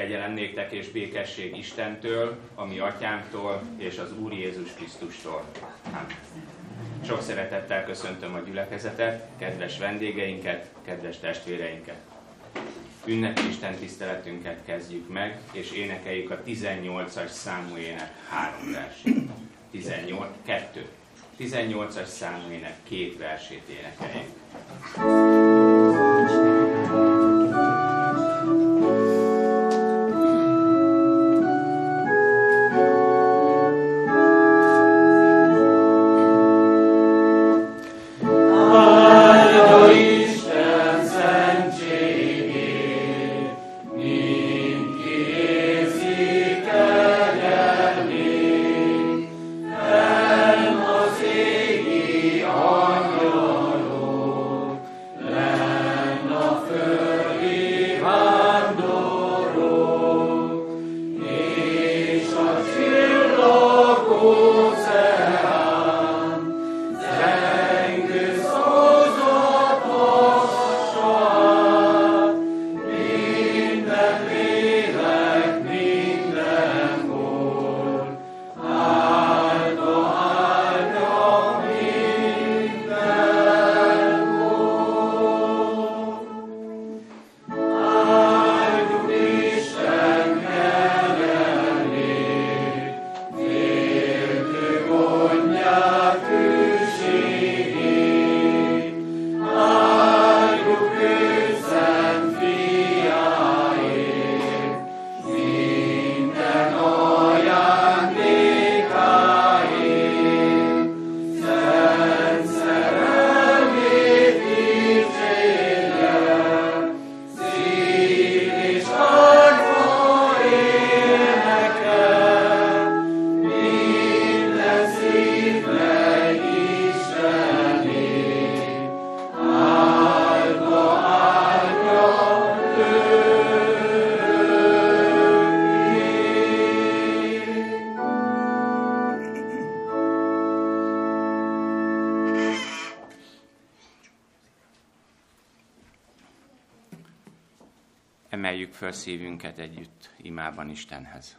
Kegyelem néktek és békesség Istentől, a mi atyánktól és az Úr Jézus Krisztustól. Amen. Sok szeretettel köszöntöm a gyülekezetet, kedves vendégeinket, kedves testvéreinket. Ünnepi Isten tiszteletünket kezdjük meg, és énekeljük a 18-as számú ének 3 versét. 18-as számú ének 2 versét énekeljük. Emeljük föl szívünket együtt imában Istenhez.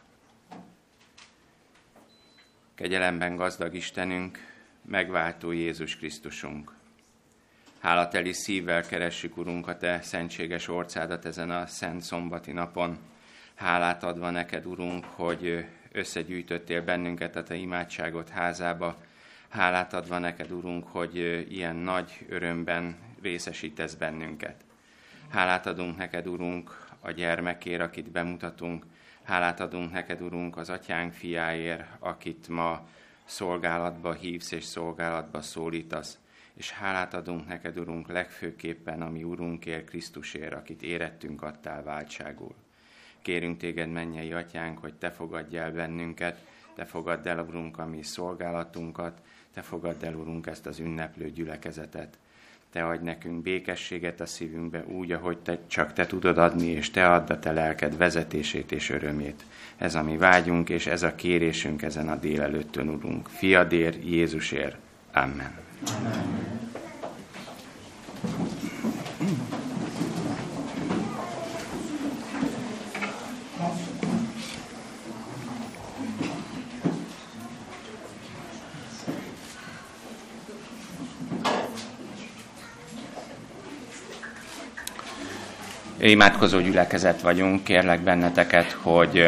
Kegyelemben gazdag Istenünk, megváltó Jézus Krisztusunk. Hálateli szívvel keressük, Urunk, a Te szentséges orcádat ezen a szent szombati napon. Hálát adva neked, Urunk, hogy összegyűjtöttél bennünket a Te imádságot házába. Hálát adva neked, Urunk, hogy ilyen nagy örömben részesítesz bennünket. Hálát adunk neked, Urunk, a gyermekért, akit bemutatunk. Hálát adunk neked, Urunk, az Atyánk fiáért, akit ma szolgálatba hívsz és szolgálatba szólítasz. És hálát adunk neked, Urunk, legfőképpen a mi Urunkért, Krisztusért, akit érettünk adtál váltságul. Kérünk téged, mennyei Atyánk, hogy te fogadj el bennünket, te fogadd el, Urunk, a mi szolgálatunkat, te fogadd el, Urunk, ezt az ünneplő gyülekezetet. Te adj nekünk békességet a szívünkbe úgy, ahogy csak te tudod adni, és te add a te lelked vezetését és örömét. Ez a mi vágyunk, és ez a kérésünk ezen a délelőttön, Urunk. Fiadért, Jézusért. Amen. Amen. Imádkozó gyülekezet vagyunk, kérlek benneteket, hogy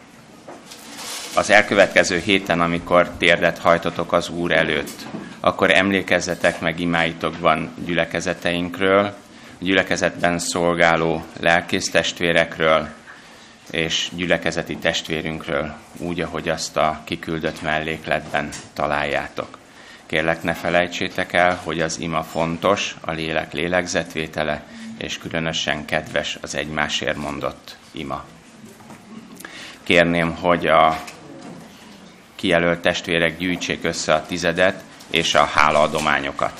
az elkövetkező héten, amikor térdet hajtotok az Úr előtt, akkor emlékezzetek meg imáitokban gyülekezeteinkről, a gyülekezetben szolgáló lelkész testvérekről és gyülekezeti testvérünkről, úgy, ahogy azt a kiküldött mellékletben találjátok. Kérlek, ne felejtsétek el, hogy az ima fontos, a lélek lélegzetvétele, és különösen kedves az egymásért mondott ima. Kérném, hogy a kijelölt testvérek gyűjtsék össze a tizedet és a hálaadományokat.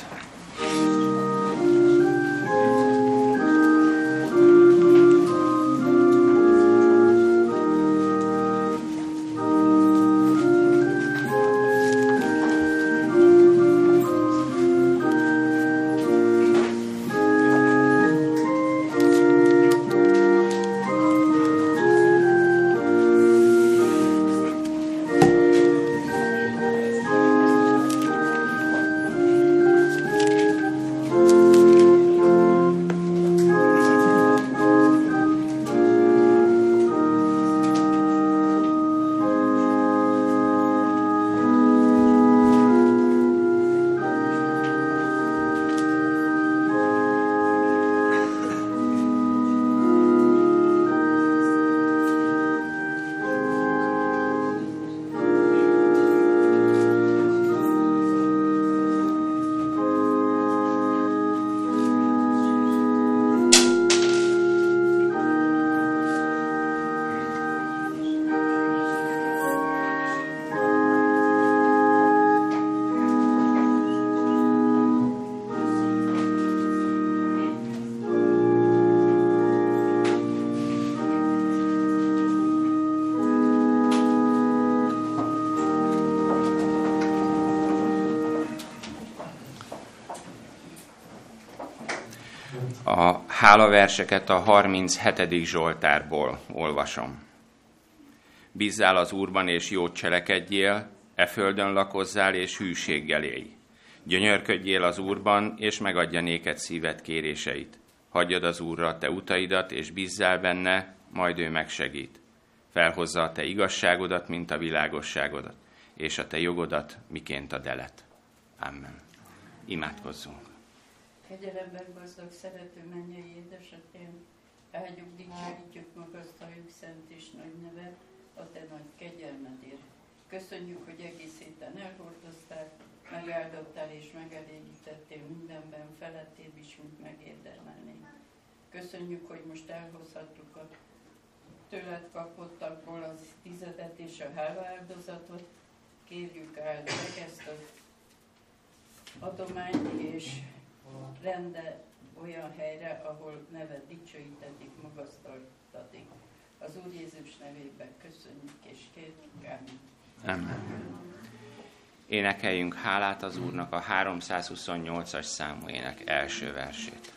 A hálaverseket a 37. Zsoltárból olvasom. Bízzál az Úrban, és jót cselekedjél, e földön lakozzál, és hűséggel élj. Gyönyörködjél az Úrban, és megadja néked szíved kéréseit. Hagyjad az Úrra te utaidat, és bízzál benne, majd ő megsegít. Felhozza a te igazságodat, mint a világosságodat, és a te jogodat, miként a delet. Amen. Imádkozzunk. Kegyelemben gazdag, szerető mennyei édesatyám, áldjuk, dicsőítjük, magasztaljuk szent és nagy neved a te nagy kegyelmedért. Köszönjük, hogy egész héten elhordoztál, megáldottál és megelégítettél mindenben, felettébb is, mint megérdemelnénk. Köszönjük, hogy most elhozhattuk a tőled kapottakból az tizedet és a hálaáldozatot. Kérjük, áld meg ezt az adományt, és rende olyan helyre, ahol neved dicsőítetik, magasztaltatik. Az Úr Jézus nevében köszönjük és kérjük. Amen. Amen. Énekeljünk hálát az Úrnak a 328-as számú ének első versét.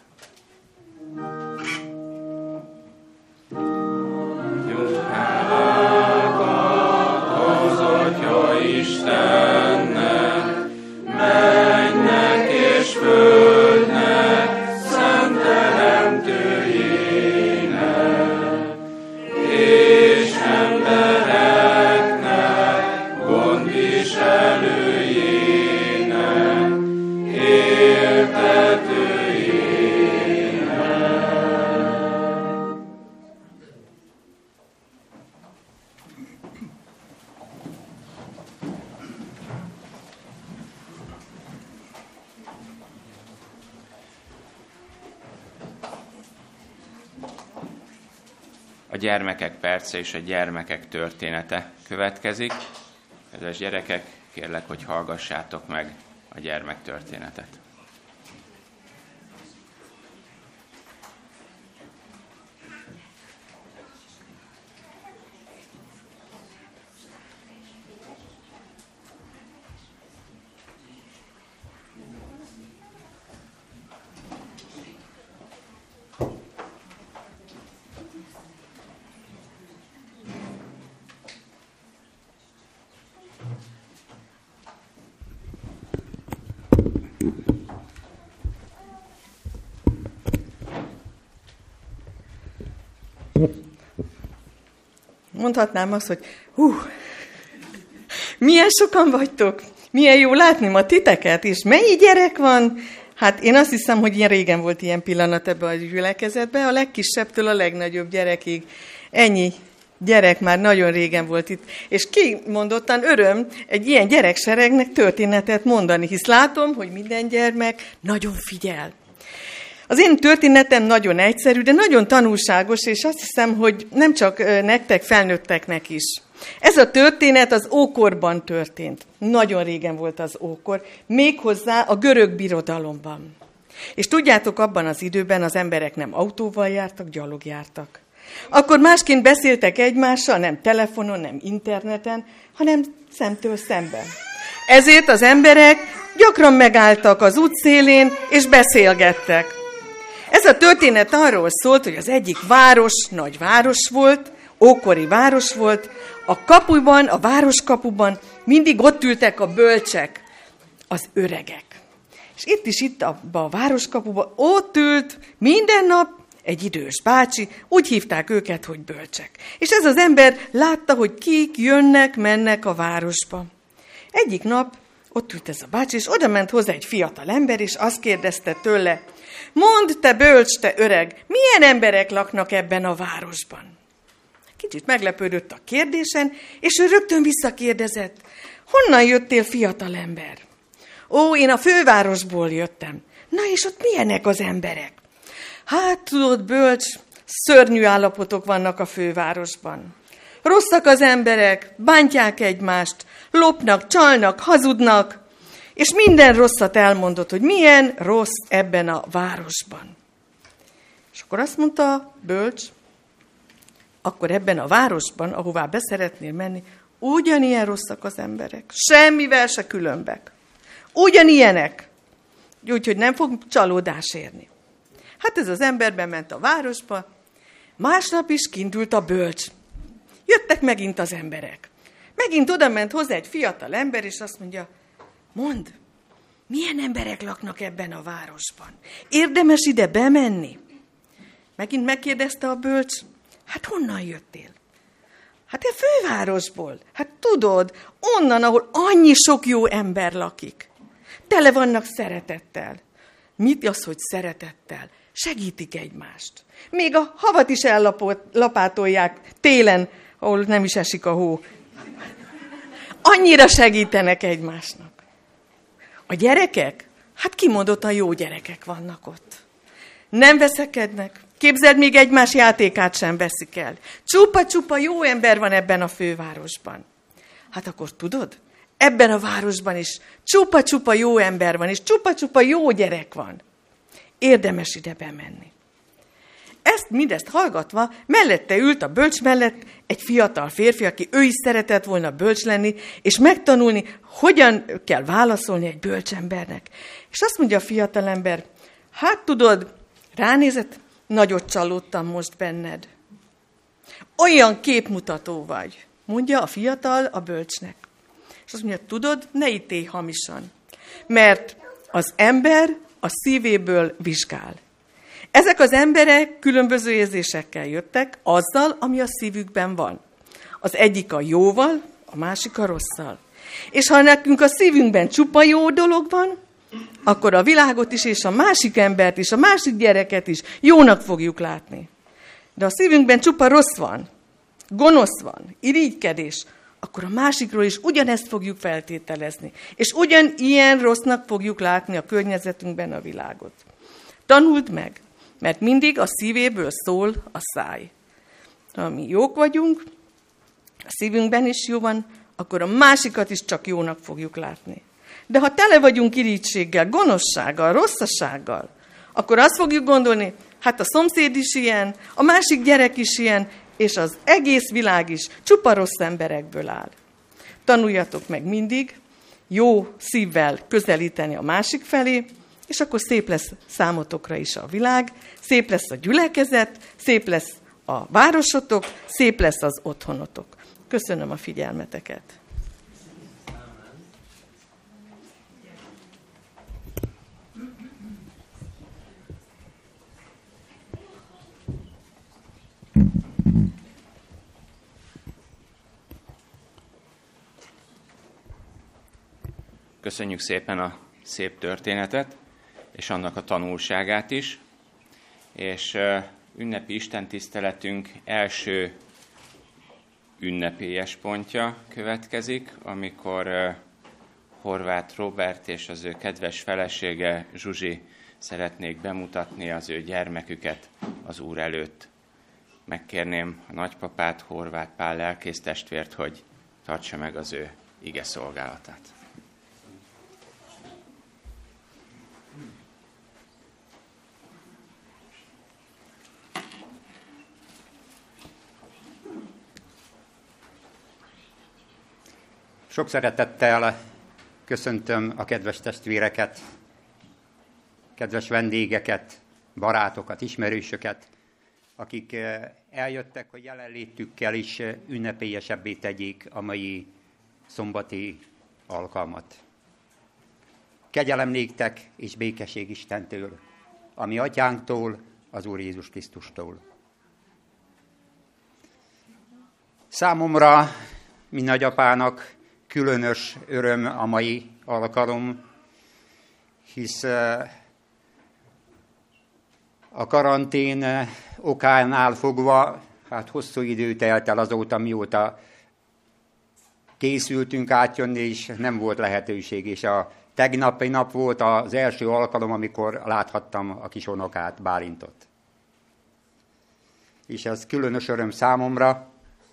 Hálákat az Atya Istennek, mennynek és földnek, szent teremtőjének, és embereknek, gondviselőjének, éltetőjének. A gyermekek perce és a gyermekek története következik. Kedves gyerekek, kérlek, hogy hallgassátok meg a gyermektörténetet. Mondhatnám azt, hogy milyen sokan vagytok, milyen jó látni ma titeket, és mennyi gyerek van. Hát én azt hiszem, hogy ilyen régen volt ilyen pillanat ebbe a gyülekezetbe, a legkisebbtől a legnagyobb gyerekig. Ennyi gyerek már nagyon régen volt itt. És kimondottan öröm egy ilyen gyerekseregnek történetet mondani, hisz látom, hogy minden gyermek nagyon figyel. Az én történetem nagyon egyszerű, de nagyon tanulságos, és azt hiszem, hogy nem csak nektek, felnőtteknek is. Ez a történet az ókorban történt. Nagyon régen volt az ókor, méghozzá a görög birodalomban. És tudjátok, abban az időben az emberek nem autóval jártak, gyalog jártak. Akkor másként beszéltek egymással, nem telefonon, nem interneten, hanem szemtől szemben. Ezért az emberek gyakran megálltak az útszélén, és beszélgettek. Ez a történet arról szólt, hogy az egyik város nagy város volt, ókori város volt, a kapuban, a városkapuban mindig ott ültek a bölcsek, az öregek. És itt abban a városkapuban ott ült minden nap egy idős bácsi, úgy hívták őket, hogy bölcsek. És ez az ember látta, hogy kik jönnek, mennek a városba. Egyik nap ott ült ez a bácsi, és oda ment hozzá egy fiatal ember, és azt kérdezte tőle: mondd, te bölcs, te öreg, milyen emberek laknak ebben a városban? Kicsit meglepődött a kérdésen, és ő rögtön visszakérdezett: honnan jöttél, fiatal ember? Ó, én a fővárosból jöttem. Na és ott milyenek az emberek? Hát tudod, bölcs, szörnyű állapotok vannak a fővárosban. Rosszak az emberek, bántják egymást, lopnak, csalnak, hazudnak, és minden rosszat elmondott, hogy milyen rossz ebben a városban. És akkor azt mondta a bölcs: akkor ebben a városban, ahová beszeretnél menni, ugyanilyen rosszak az emberek, semmivel se különbek. Ugyanilyenek. Úgyhogy nem fog csalódás érni. Hát ez az ember bement a városba, másnap is kint a bölcs. Jöttek megint az emberek. Megint oda ment hozzá egy fiatal ember, és azt mondja, mondd, milyen emberek laknak ebben a városban? Érdemes ide bemenni? Megint megkérdezte a bölcs, hát honnan jöttél? Hát a fővárosból. Hát tudod, onnan, ahol annyi sok jó ember lakik. Tele vannak szeretettel. Mit az, hogy szeretettel? Segítik egymást. Még a havat is ellapátolják télen, ahol nem is esik a hó. Annyira segítenek egymásnak. A gyerekek? Hát kimondottan jó gyerekek vannak ott. Nem veszekednek. Képzeld, még egymás játékát sem veszik el. Csupa-csupa jó ember van ebben a fővárosban. Hát akkor tudod, ebben a városban is csupa-csupa jó ember van, és csupa-csupa jó gyerek van. Érdemes ide bemenni. Mindezt hallgatva, mellette ült a bölcs mellett egy fiatal férfi, aki ő is szeretett volna bölcs lenni, és megtanulni, hogyan kell válaszolni egy bölcsembernek. És azt mondja a fiatalember, hát tudod, ránézett, nagyot csalódtam most benned. Olyan képmutató vagy, mondja a fiatal a bölcsnek. És azt mondja, tudod, ne ítélj hamisan, mert az ember a szívéből vizsgál. Ezek az emberek különböző érzésekkel jöttek, azzal, ami a szívükben van. Az egyik a jóval, a másik a rosszal. És ha nekünk a szívünkben csupa jó dolog van, akkor a világot is, és a másik embert is, a másik gyereket is jónak fogjuk látni. De a szívünkben csupa rossz van, gonosz van, irigykedés, akkor a másikról is ugyanezt fogjuk feltételezni. És ugyanilyen rossznak fogjuk látni a környezetünkben a világot. Tanuld meg, mert mindig a szívéből szól a száj. Ha mi jók vagyunk, a szívünkben is jó van, akkor a másikat is csak jónak fogjuk látni. De ha tele vagyunk irigységgel, gonoszsággal, rosszasággal, akkor azt fogjuk gondolni, hát a szomszéd is ilyen, a másik gyerek is ilyen, és az egész világ is csupa rossz emberekből áll. Tanuljatok meg mindig jó szívvel közelíteni a másik felé, és akkor szép lesz számotokra is a világ, szép lesz a gyülekezet, szép lesz a városotok, szép lesz az otthonotok. Köszönöm a figyelmeteket. Köszönjük szépen a szép történetet, és annak a tanulságát is. És ünnepi istentiszteletünk első ünnepélyes pontja következik, amikor Horváth Róbert és az ő kedves felesége Zsuzsi szeretnék bemutatni az ő gyermeküket az Úr előtt. Megkérném a nagypapát, Horváth Pál lelkésztestvért, hogy tartsa meg az ő ige szolgálatát. Sok szeretettel köszöntöm a kedves testvéreket, kedves vendégeket, barátokat, ismerősöket, akik eljöttek, hogy jelenlétükkel is ünnepélyesebbé tegyék a mai szombati alkalmat. Kegyelem néktek és békesség Istentől, a mi atyánktól, az Úr Jézus Krisztustól. Számomra, mint nagyapának, különös öröm a mai alkalom, hisz a karantén okánál fogva, hát hosszú idő telt el azóta, mióta készültünk átjönni, és nem volt lehetőség. És a tegnapi nap volt az első alkalom, amikor láthattam a kis unokát, Bálintot. És ez különös öröm számomra,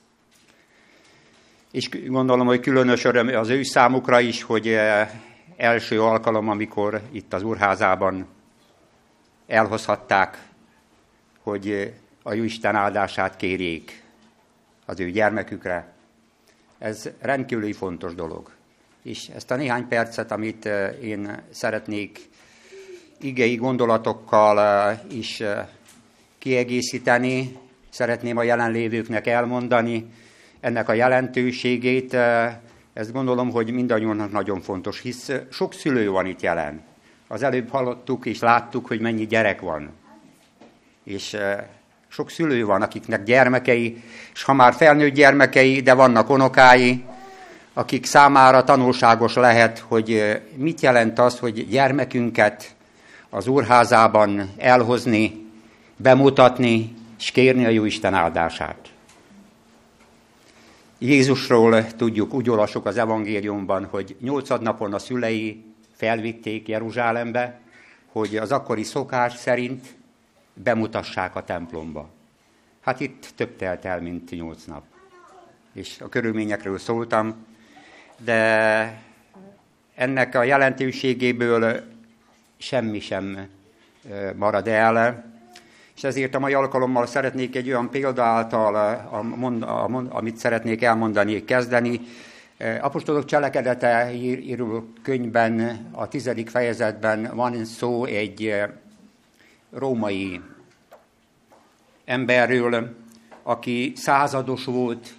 és gondolom, hogy különös öröm az ő számukra is, hogy első alkalom, amikor itt az úrházában elhozhatták, hogy a Jóisten áldását kérjék az ő gyermekükre. Ez rendkívül fontos dolog. És ezt a néhány percet, amit én szeretnék igei gondolatokkal is kiegészíteni. Szeretném a jelenlévőknek elmondani ennek a jelentőségét. Ezt gondolom, hogy mindannyiunknak nagyon fontos, hisz sok szülő van itt jelen. Az előbb hallottuk és láttuk, hogy mennyi gyerek van. És sok szülő van, akiknek gyermekei, és ha már felnőtt gyermekei, de vannak unokái, akik számára tanulságos lehet, hogy mit jelent az, hogy gyermekünket az úrházában elhozni, bemutatni, és kérni a Jóisten áldását. Jézusról tudjuk, úgy olvasok az evangéliumban, hogy 8. napon a szülei felvitték Jeruzsálembe, hogy az akkori szokás szerint bemutassák a templomba. Hát itt több telt el, mint 8 nap. És a körülményekről szóltam, de ennek a jelentőségéből semmi sem marad el, és ezért a mai alkalommal szeretnék egy olyan példa által, amit szeretnék elmondani, kezdeni. Apostolok cselekedete író könyvben, a 10. fejezetben van szó egy római emberről, aki százados volt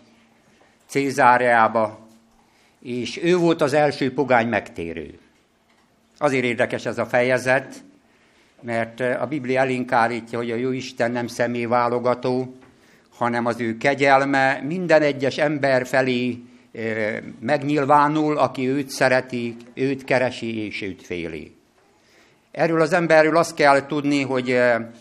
Cézáreába, és ő volt az első pogány megtérő. Azért érdekes ez a fejezet, mert a Biblia elénk állítja, hogy a Jóisten nem személyválogató, hanem az ő kegyelme minden egyes ember felé megnyilvánul, aki őt szereti, őt keresi és őt féli. Erről az emberről azt kell tudni, hogy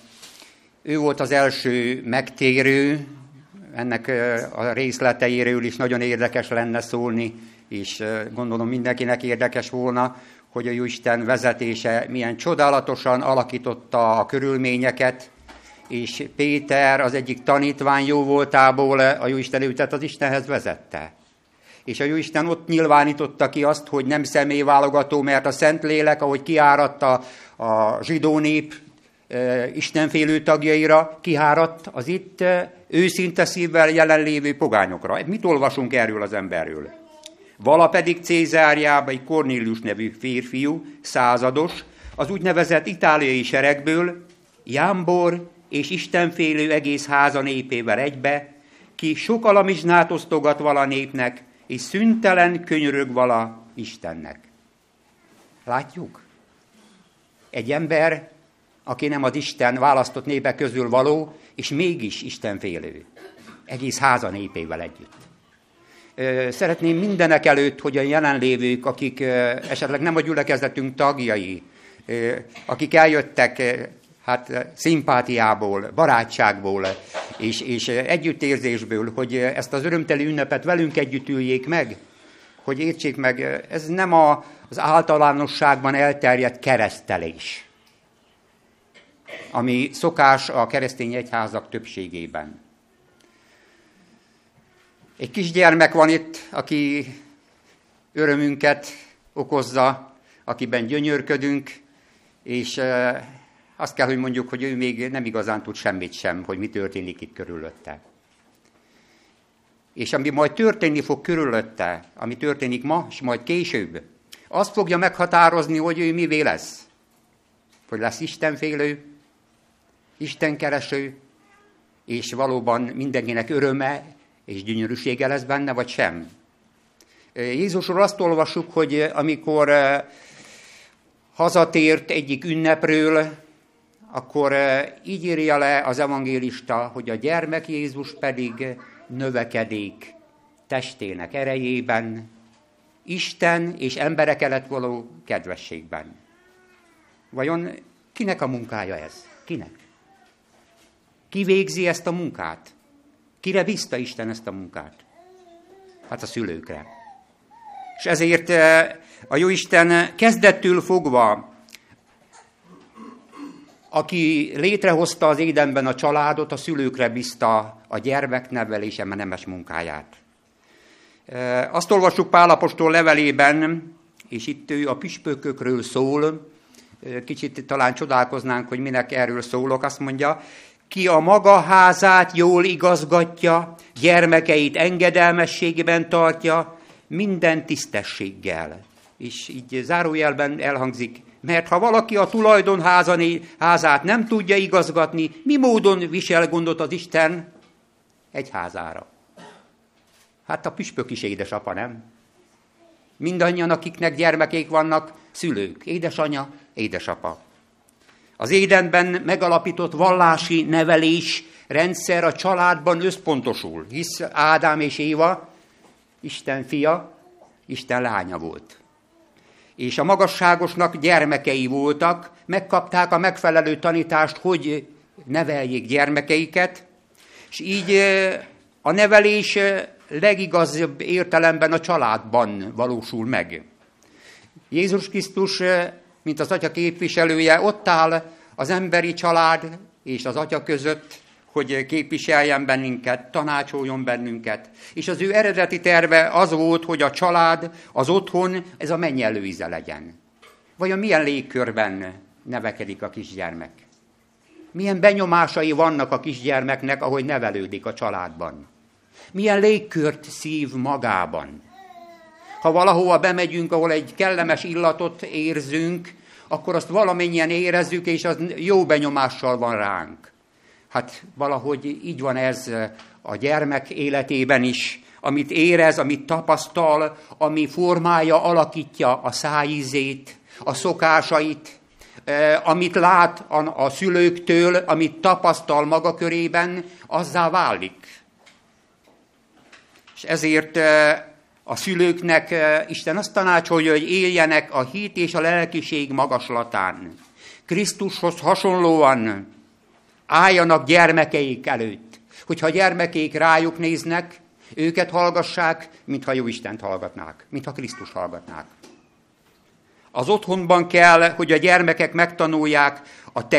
ő volt az első megtérő, ennek a részleteiről is nagyon érdekes lenne szólni, és gondolom mindenkinek érdekes volna, hogy a Jóisten vezetése milyen csodálatosan alakította a körülményeket, és Péter az egyik tanítvány jó voltából a Jóisten őtet az Istenhez vezette. És a Jóisten ott nyilvánította ki azt, hogy nem személyválogató, mert a Szentlélek, ahogy kiáradta a zsidó nép istenfélő tagjaira, kiáradt az itt őszinte szívvel jelenlévő pogányokra. Mit olvasunk erről az emberről? Vala pedig Cézáriába egy Kornélius nevű férfiú, százados, az úgynevezett itáliai seregből, jámbor és istenfélő egész háza népével egybe, ki sok alamizsnát osztogat vala népnek, és szüntelen könyörög vala Istennek. Látjuk? Egy ember, aki nem az Isten választott népek közül való, és mégis istenfélő. Egész háza népével együtt. Szeretném mindenek előtt, hogy a jelenlévők, akik esetleg nem a gyülekezetünk tagjai, akik eljöttek szimpátiából, barátságból és együttérzésből, hogy ezt az örömteli ünnepet velünk együtt üljék meg, hogy értsék meg, ez nem az általánosságban elterjedt keresztelés, ami szokás a keresztény egyházak többségében. Egy kisgyermek van itt, aki örömünket okozza, akiben gyönyörködünk, és azt kell, hogy mondjuk, hogy ő még nem igazán tud semmit sem, hogy mi történik itt körülötte. És ami majd történni fog körülötte, ami történik ma, és majd később, azt fogja meghatározni, hogy ő mivé lesz. Hogy lesz istenfélő, istenkereső, és valóban mindenkinek öröme és gyönyörűsége lesz benne, vagy sem. Jézusról azt olvassuk, hogy amikor hazatért egyik ünnepről, akkor így írja le az evangélista, hogy a gyermek Jézus pedig növekedik testének erejében, Isten és emberek előtt való kedvességben. Vajon kinek a munkája ez? Kinek? Ki végzi ezt a munkát? Kire bízta Isten ezt a munkát? Hát a szülőkre. És ezért a Jóisten kezdettől fogva, aki létrehozta az Édenben a családot, a szülőkre bízta a gyermeknevelése nemes munkáját. Azt olvassuk Pál apostol levelében, és itt ő a püspökökről szól, kicsit talán csodálkoznánk, hogy minek erről szólok, azt mondja, ki a maga házát jól igazgatja, gyermekeit engedelmességében tartja, minden tisztességgel. És így zárójelben elhangzik, Mert ha valaki a tulajdonházát nem tudja igazgatni, mi módon visel gondot az Isten egyházára? Hát a püspök is édesapa, nem? Mindannyian, akiknek gyermekék vannak, szülők, édesanya, édesapa. Az Édenben megalapított vallási nevelés rendszer a családban összpontosul, hisz Ádám és Éva Isten fia, Isten lánya volt. És a magasságosnak gyermekei voltak, megkapták a megfelelő tanítást, hogy neveljék gyermekeiket, és így a nevelés legigazabb értelemben a családban valósul meg. Jézus Krisztus, mint az Atya képviselője, ott áll az emberi család és az Atya között, hogy képviseljen bennünket, tanácsoljon bennünket. És az ő eredeti terve az volt, hogy a család, az otthon, ez a mennyi előíze legyen. Vajon milyen légkörben nevekedik a kisgyermek? Milyen benyomásai vannak a kisgyermeknek, ahogy nevelődik a családban? Milyen légkört szív magában? Ha valahova bemegyünk, ahol egy kellemes illatot érzünk, akkor azt valamennyien érezzük, és az jó benyomással van ránk. Hát valahogy így van ez a gyermek életében is, amit érez, amit tapasztal, ami formája, alakítja a szájízét, a szokásait, amit lát a szülőktől, amit tapasztal maga körében, azzá válik. És ezért a szülőknek Isten azt tanácsolja, hogy éljenek a hit és a lelkiség magaslatán. Krisztushoz hasonlóan álljanak gyermekeik előtt. Hogyha a gyermekeik rájuk néznek, őket hallgassák, mintha jó Istent hallgatnák, mintha Krisztus hallgatnák. Az otthonban kell, hogy a gyermekek megtanulják a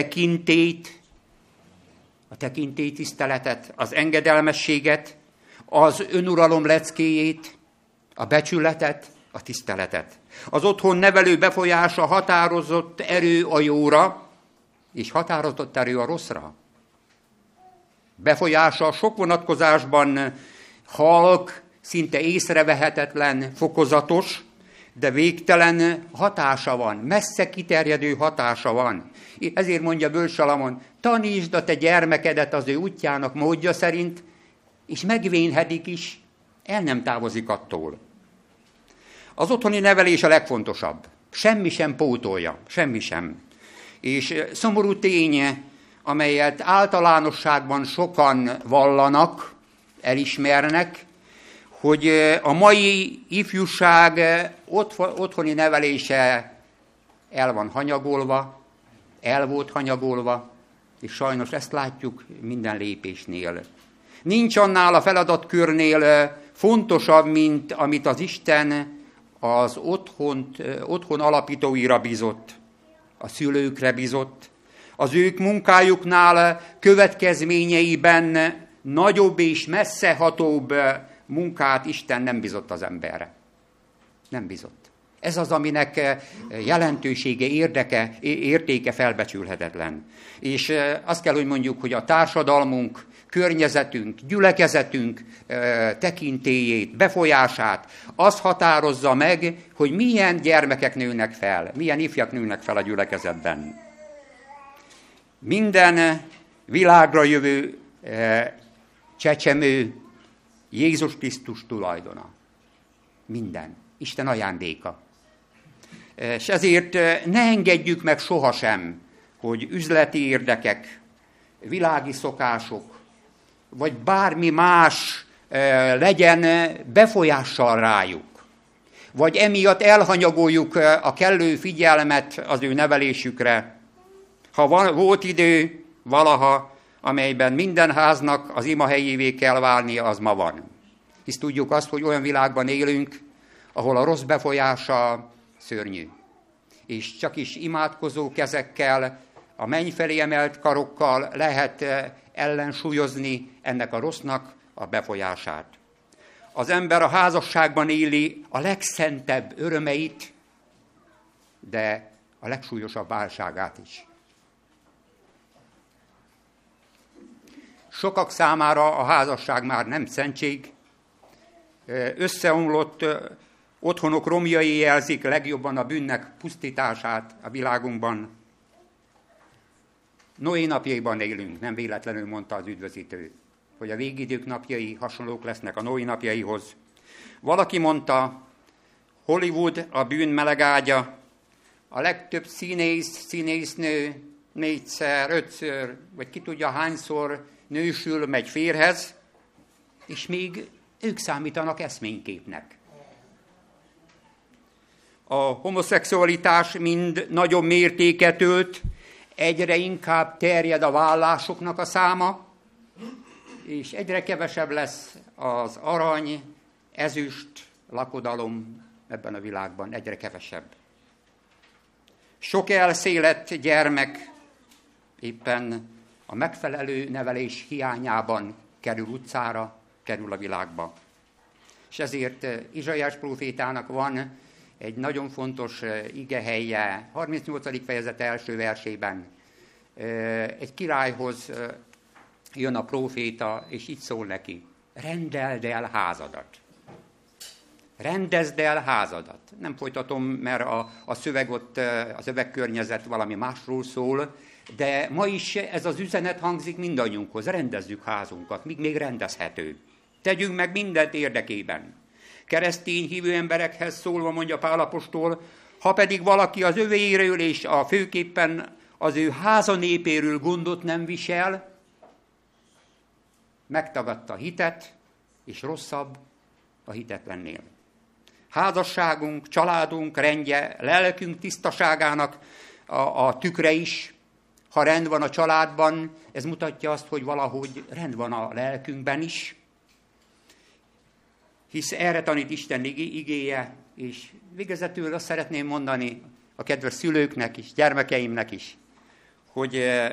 tekintélytiszteletet, az engedelmességet, az önuralom leckéjét, a becsületet, a tiszteletet. Az otthon nevelő befolyása határozott erő a jóra, és határozott erő a rosszra. Befolyása sok vonatkozásban halk, szinte észrevehetetlen, fokozatos, de végtelen hatása van, messze kiterjedő hatása van. Ezért mondja Bölcs Salamon, tanítsd a te gyermekedet az ő útjának módja szerint, és megvénhetik is, el nem távozik attól. Az otthoni nevelés a legfontosabb. Semmi sem pótolja, semmi sem. És szomorú tény, amelyet általánosságban sokan vallanak, elismernek, hogy a mai ifjúság otthoni nevelése el van hanyagolva, el volt hanyagolva, és sajnos ezt látjuk minden lépésnél. Nincs annál a feladatkörnél fontosabb, mint amit az Isten az otthon alapítóira bízott, a szülőkre bízott. Az ők munkájuknál következményeiben nagyobb és messzehatóbb munkát Isten nem bízott az emberre. Nem bízott. Ez az, aminek jelentősége, értéke felbecsülhetetlen. És azt kell, hogy mondjuk, hogy a társadalmunk, környezetünk, gyülekezetünk tekintélyét, befolyását, az határozza meg, hogy milyen gyermekek nőnek fel, milyen ifjak nőnek fel a gyülekezetben. Minden világra jövő csecsemő Jézus Krisztus tulajdona. Minden. Isten ajándéka. És ezért ne engedjük meg sohasem, hogy üzleti érdekek, világi szokások, vagy bármi más legyen befolyással rájuk. Vagy emiatt elhanyagoljuk a kellő figyelmet az ő nevelésükre. Ha volt idő valaha, amelyben minden háznak az imahelyévé kell válnia, az ma van. Hisz tudjuk azt, hogy olyan világban élünk, ahol a rossz befolyása szörnyű. És csak is imádkozó kezekkel, a menny felé emelt karokkal lehet ellensúlyozni ennek a rossznak a befolyását. Az ember a házasságban éli a legszentebb örömeit, de a legsúlyosabb válságát is. Sokak számára a házasság már nem szentség, összeomlott Otthonok romjai jelzik legjobban a bűnnek pusztítását a világunkban. Noé napjaiban élünk, nem véletlenül mondta az üdvözítő, hogy a végidők napjai hasonlók lesznek a Noé napjaihoz. Valaki mondta, Hollywood a bűn melegágya, a legtöbb színésznő 4-szer, 5-ször, vagy ki tudja hányszor nősül, megy férhez, és még ők számítanak eszményképnek. A homoszexualitás mind nagyobb mértéket ölt, egyre inkább terjed a vállásoknak a száma, és egyre kevesebb lesz az arany, ezüst, lakodalom ebben a világban, egyre kevesebb. Sok elszélett gyermek éppen a megfelelő nevelés hiányában kerül utcára, kerül a világba. És ezért Izsaiás prófétának van egy nagyon fontos igehelye, 38. fejezet első versében. Egy királyhoz jön a próféta, és így szól neki, rendeld el házadat. Rendezd el házadat. Nem folytatom, mert a szövegkörnyezet valami másról szól, de ma is ez az üzenet hangzik mindannyiunkhoz. Rendezzük házunkat, míg még rendezhető. Tegyünk meg mindent érdekében. Keresztény hívő emberekhez szólva mondja Pál apostol, ha pedig valaki az övéről és a főképpen az ő háza népéről gondot nem visel, megtagadta a hitet, és rosszabb a hitetlennél. Házasságunk, családunk rendje, lelkünk tisztaságának a tükre is. Ha rend van a családban, ez mutatja azt, hogy valahogy rend van a lelkünkben is. Hisz erre tanít Isten igéje, és végezetül azt szeretném mondani a kedves szülőknek is, gyermekeimnek is, hogy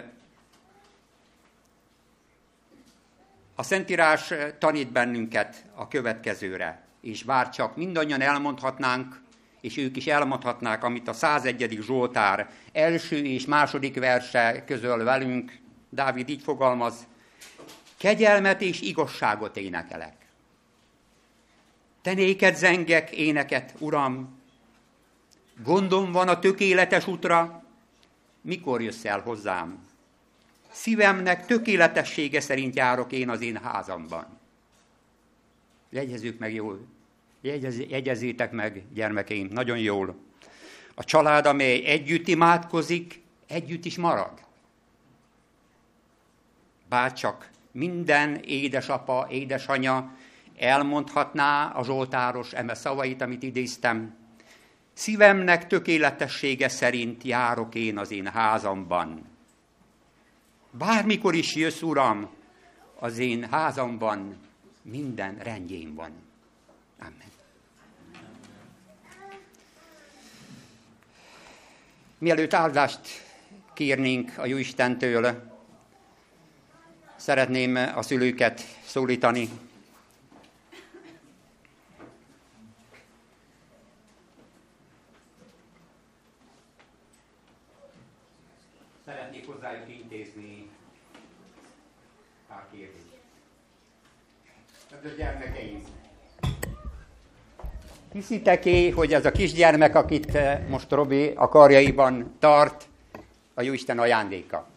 a Szentírás tanít bennünket a következőre, és bár csak mindannyian elmondhatnánk, és ők is elmondhatnák, amit a 101. Zsoltár első és második verse közöl velünk, Dávid így fogalmaz, kegyelmet és igazságot énekelek. Te néked zengek éneket, Uram, gondom van a tökéletes útra, mikor jössz el hozzám? Szívemnek tökéletessége szerint járok én az én házamban. Jegyezzük meg jól, jegyezzétek meg, gyermekeim, nagyon jól. A család, amely együtt imádkozik, együtt is marad. Bárcsak minden édesapa, édesanya elmondhatná a zsoltáros eme szavait, amit idéztem. Szívemnek tökéletessége szerint járok én az én házamban. Bármikor is jössz, Uram, az én házamban minden rendjén van. Amen. Mielőtt áldást kérnénk a Jóistentől, szeretném a szülőket szólítani. Szeretnék hozzájuk intézni pár kérdést. Ez a gyermekeim. Hiszitek-e, hogy ez a kisgyermek, akit most Robi a karjaiban tart, a Jóisten ajándéka?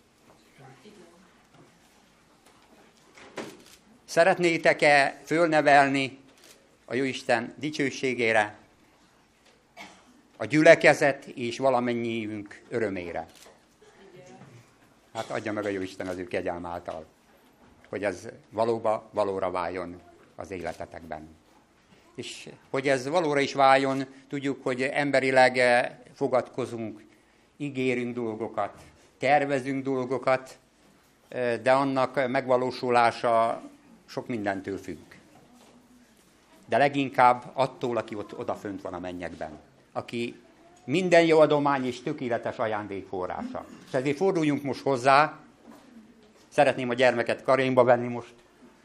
Szeretnétek-e fölnevelni a Jóisten dicsőségére, a gyülekezet és valamennyiünk örömére? Hát adja meg a Jóisten az ő kegyelm által, hogy ez valóra váljon az életetekben. És hogy ez valóra is váljon, tudjuk, hogy emberileg fogadkozunk, ígérünk dolgokat, tervezünk dolgokat, de annak megvalósulása sok mindentől függ. De leginkább attól, aki ott odafönt van a mennyekben, aki minden jó adomány és tökéletes ajándék forrása. És ezért forduljunk most hozzá. Szeretném a gyermeket karjaimba venni most.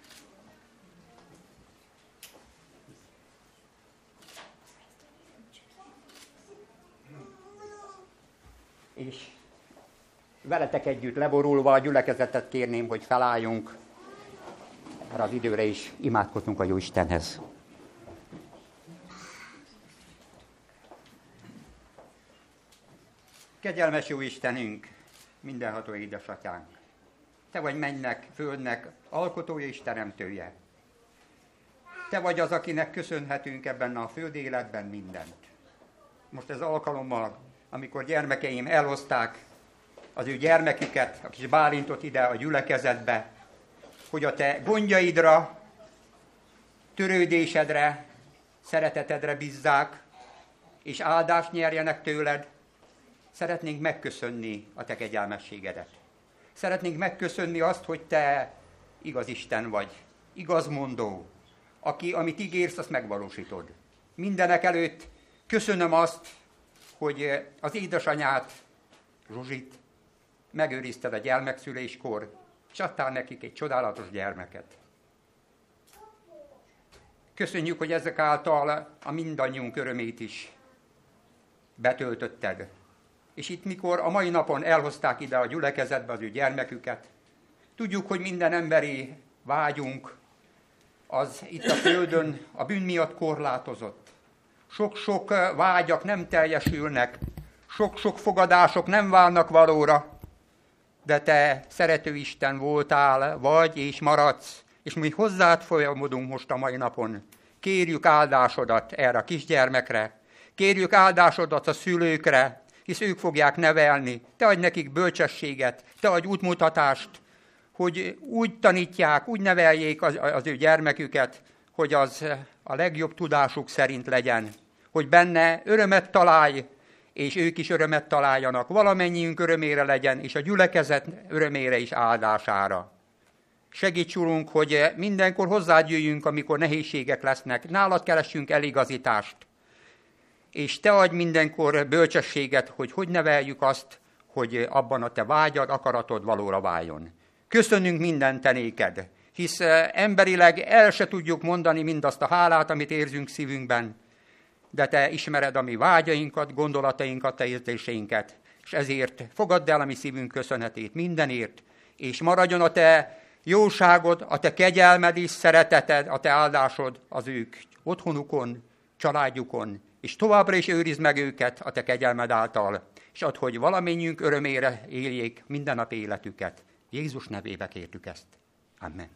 És veletek együtt leborulva a gyülekezetet kérném, hogy felálljunk. Erre az időre is imádkozunk a Jóistenhez. Kegyelmes jó Istenünk, mindenható édesatyánk, Te vagy mennynek, földnek alkotója és teremtője. Te vagy az, akinek köszönhetünk ebben a földi életben mindent. Most ez alkalommal, amikor gyermekeim elhozták az ő gyermeküket, a kis Bálintot ide a gyülekezetbe, hogy a Te gondjaidra, törődésedre, szeretetedre bízzák, és áldást nyerjenek tőled, szeretnénk megköszönni a Te kegyelmességedet. Szeretnénk megköszönni azt, hogy Te igaz Isten vagy, igazmondó, aki, amit ígérsz, azt megvalósítod. Mindenek előtt köszönöm azt, hogy az édesanyát, Zsuzsit, megőrizted a gyermekszüléskor, és adtál nekik egy csodálatos gyermeket. Köszönjük, hogy ezek által a mindannyiunk örömét is betöltötted. És itt, mikor a mai napon elhozták ide a gyülekezetbe az ő gyermeküket, tudjuk, hogy minden emberi vágyunk az itt a földön a bűn miatt korlátozott. Sok-sok vágyak nem teljesülnek, sok-sok fogadások nem válnak valóra, de Te szerető Isten voltál, vagy és maradsz, és mi hozzád folyamodunk most a mai napon. Kérjük áldásodat erre a kisgyermekre, kérjük áldásodat a szülőkre, hisz ők fogják nevelni. Te adj nekik bölcsességet, Te adj útmutatást, hogy úgy tanítják, úgy neveljék az ő gyermeküket, hogy az a legjobb tudásuk szerint legyen, hogy benne örömet találj, és ők is örömet találjanak, valamennyiünk örömére legyen, és a gyülekezet örömére is áldására. Segíts, Urunk, hogy mindenkor hozzád jöjjünk, amikor nehézségek lesznek, nálad keressünk eligazítást, és Te adj mindenkor bölcsességet, hogy neveljük azt, hogy abban a Te vágyad, akaratod valóra váljon. Köszönünk mindent Te néked, hisz emberileg el se tudjuk mondani mindazt a hálát, amit érzünk szívünkben, de Te ismered a mi vágyainkat, gondolatainkat, Te érzéseinket, és ezért fogadd el a mi szívünk köszönetét mindenért, és maradjon a Te jóságod, a Te kegyelmed és szereteted, a Te áldásod az ők otthonukon, családjukon, és továbbra is őrizd meg őket a Te kegyelmed által, és add, hogy valamennyiünk örömére éljék minden nap életüket. Jézus nevébe kértük ezt. Amen.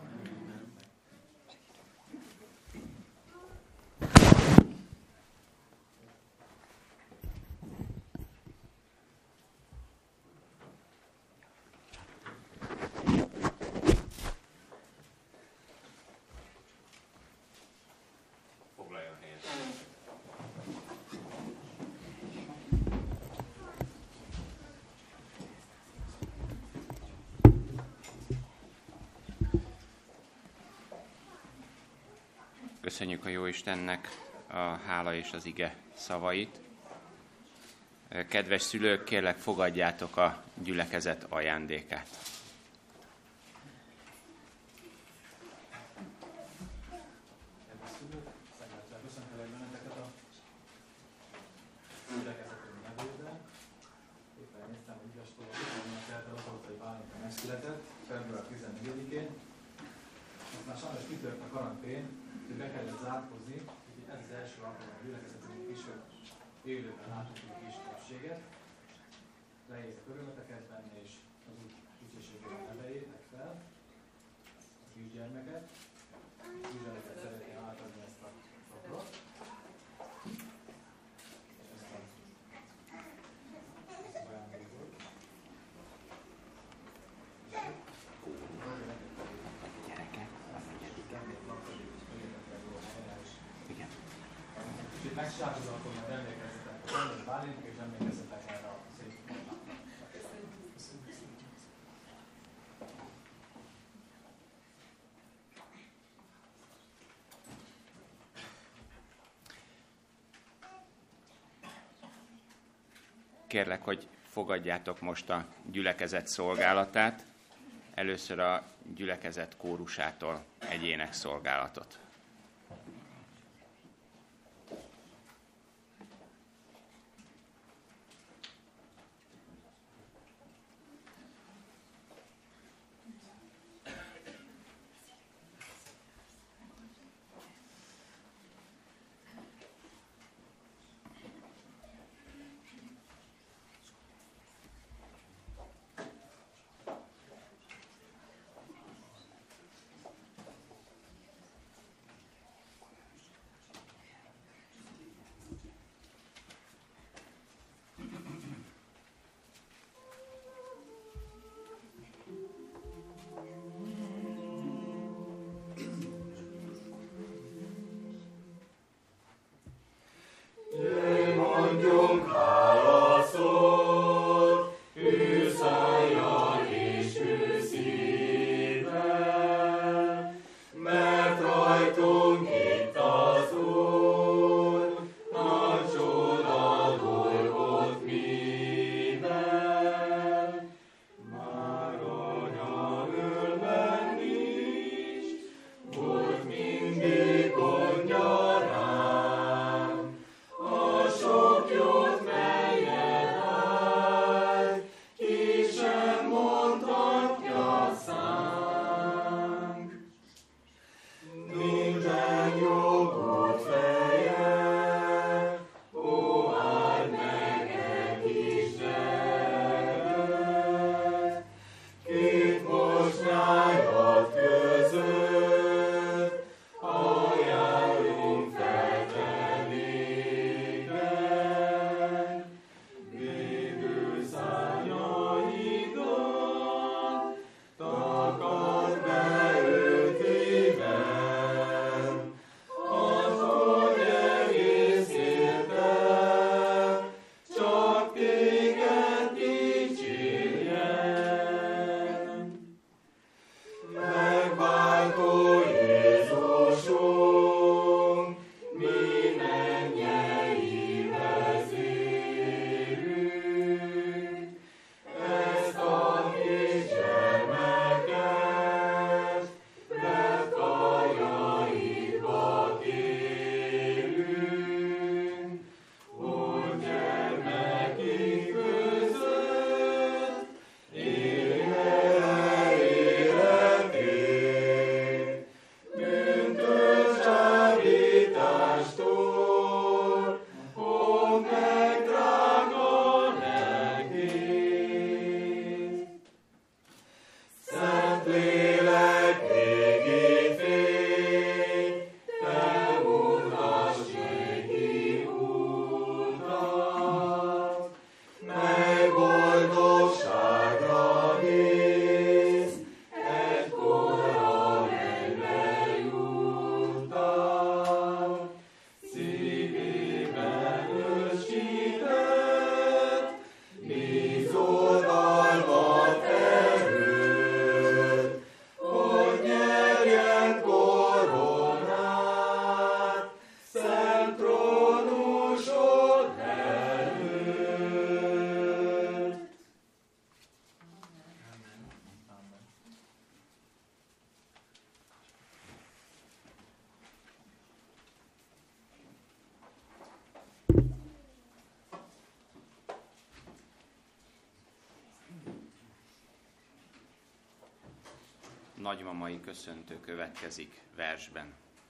Köszönjük a Jóistennek a hála és az ige szavait. Kedves szülők, kérlek fogadjátok a gyülekezet ajándékát. Február 14-én, azt már sajnos kitört a karantén, hogy be kellett zárkozni, úgyhogy ez az első alkalom a gyülekezetünk is, hogy élőben látunk a kis többséget. Leérzek örömeteket benne, és az úgy kicsiségében neveljétek fel a kisgyermeket. Kisgyermeket szeretném átadni ezt a szobrot. Megsához, akkor majd emlékezzetek a Szent Bálintra, és emlékezzetek erre a szép napra. Kérlek, hogy fogadjátok most a gyülekezet szolgálatát. Először a gyülekezet kórusától egy énekszolgálatot. nagymamai köszöntő következik versben.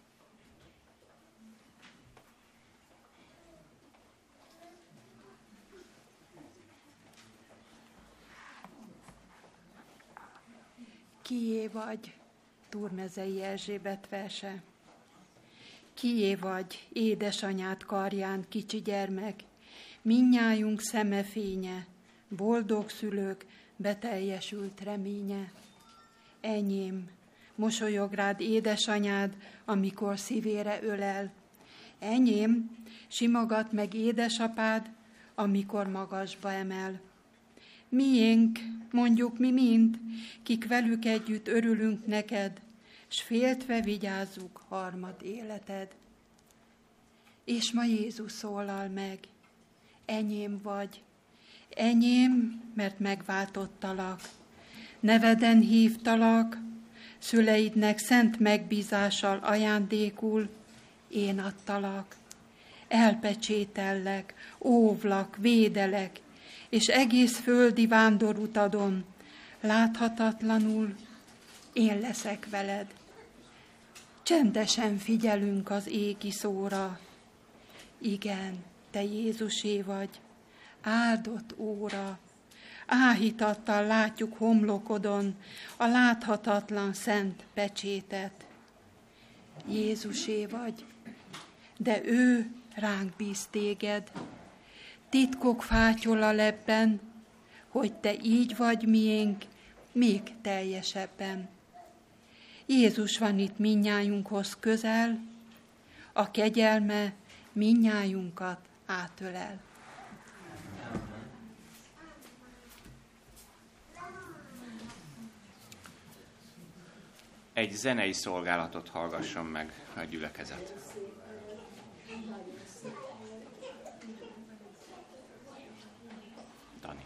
Kié vagy, Túrmezei Erzsébet verse. Kié vagy, édesanyád karján kicsi gyermek, mindnyájunk szeme fénye, boldog szülők beteljesült reménye. Enyém, mosolyog rád édesanyád, amikor szívére ölel. Enyém, simogat meg édesapád, amikor magasba emel. Miénk, mondjuk mi mind, kik velük együtt örülünk neked, s féltve vigyázzuk harmad életed. És ma Jézus szólal meg, enyém vagy, enyém, mert megváltottalak, neveden hívtalak, szüleidnek szent megbízással ajándékul, én adtalak. Elpecsétellek, óvlak, védelek, és egész földi vándorutadon, láthatatlanul, én leszek veled. Csendesen figyelünk az égi szóra. Igen, te Jézusé vagy, áldott óra. Áhítattal látjuk homlokodon a láthatatlan szent pecsétet. Jézusé vagy, de ő ránk bíz téged. Titkok fátyol a lebben, hogy te így vagy miénk, még teljesebben. Jézus van itt mindnyájunkhoz közel, a kegyelme mindnyájunkat átölel. Egy zenei szolgálatot hallgasson meg a gyülekezet. Dani.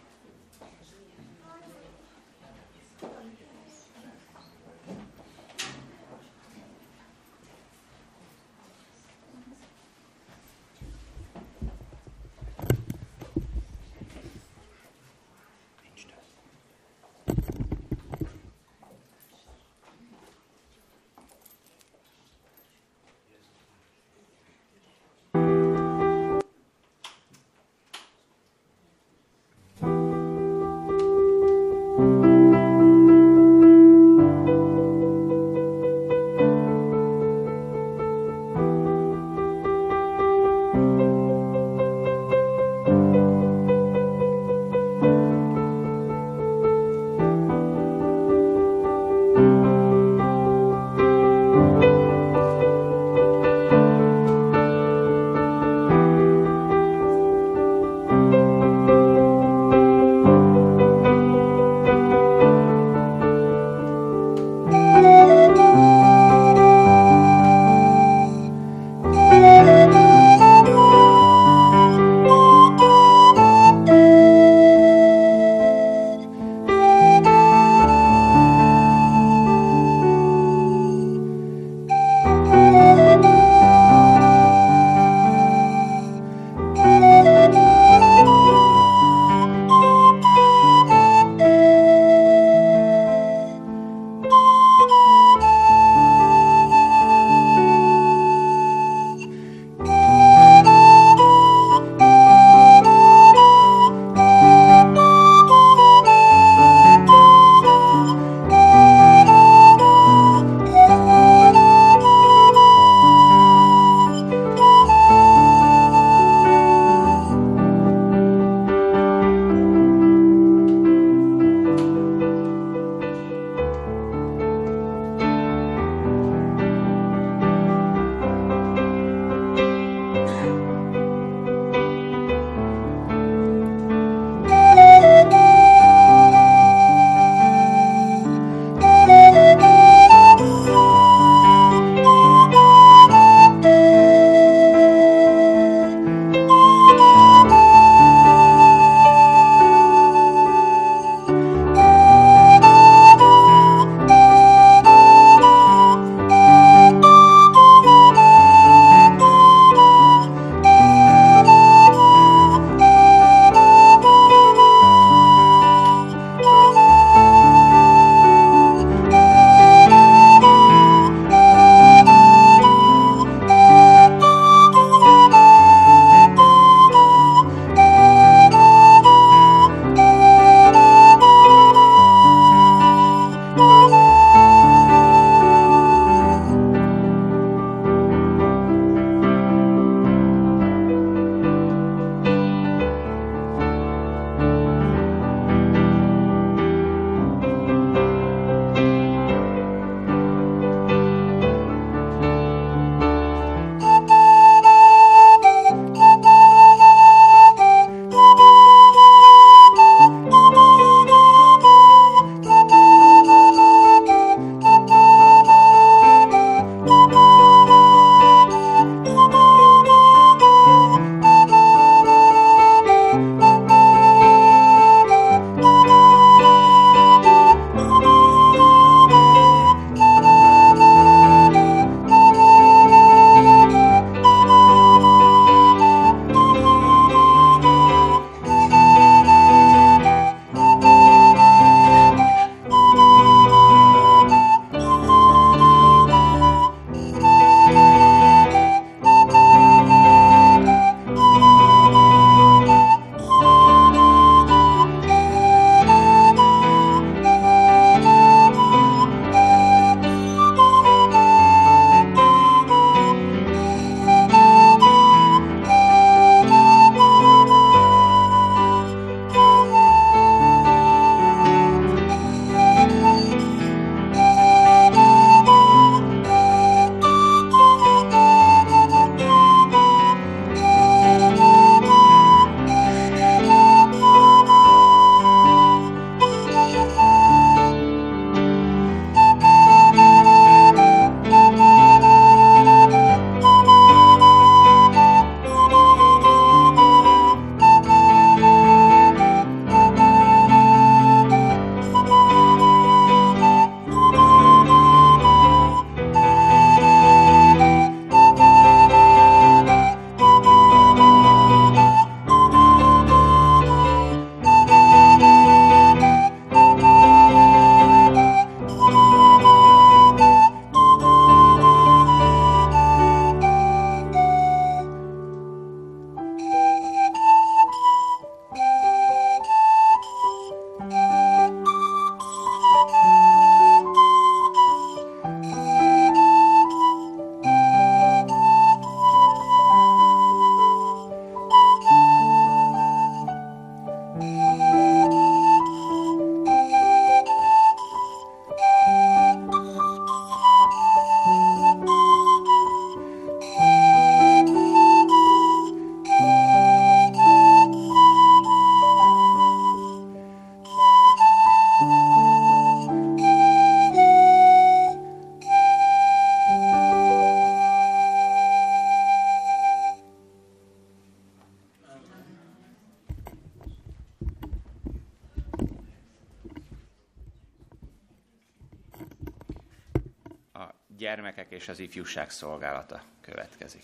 gyermekek és az ifjúság szolgálata következik.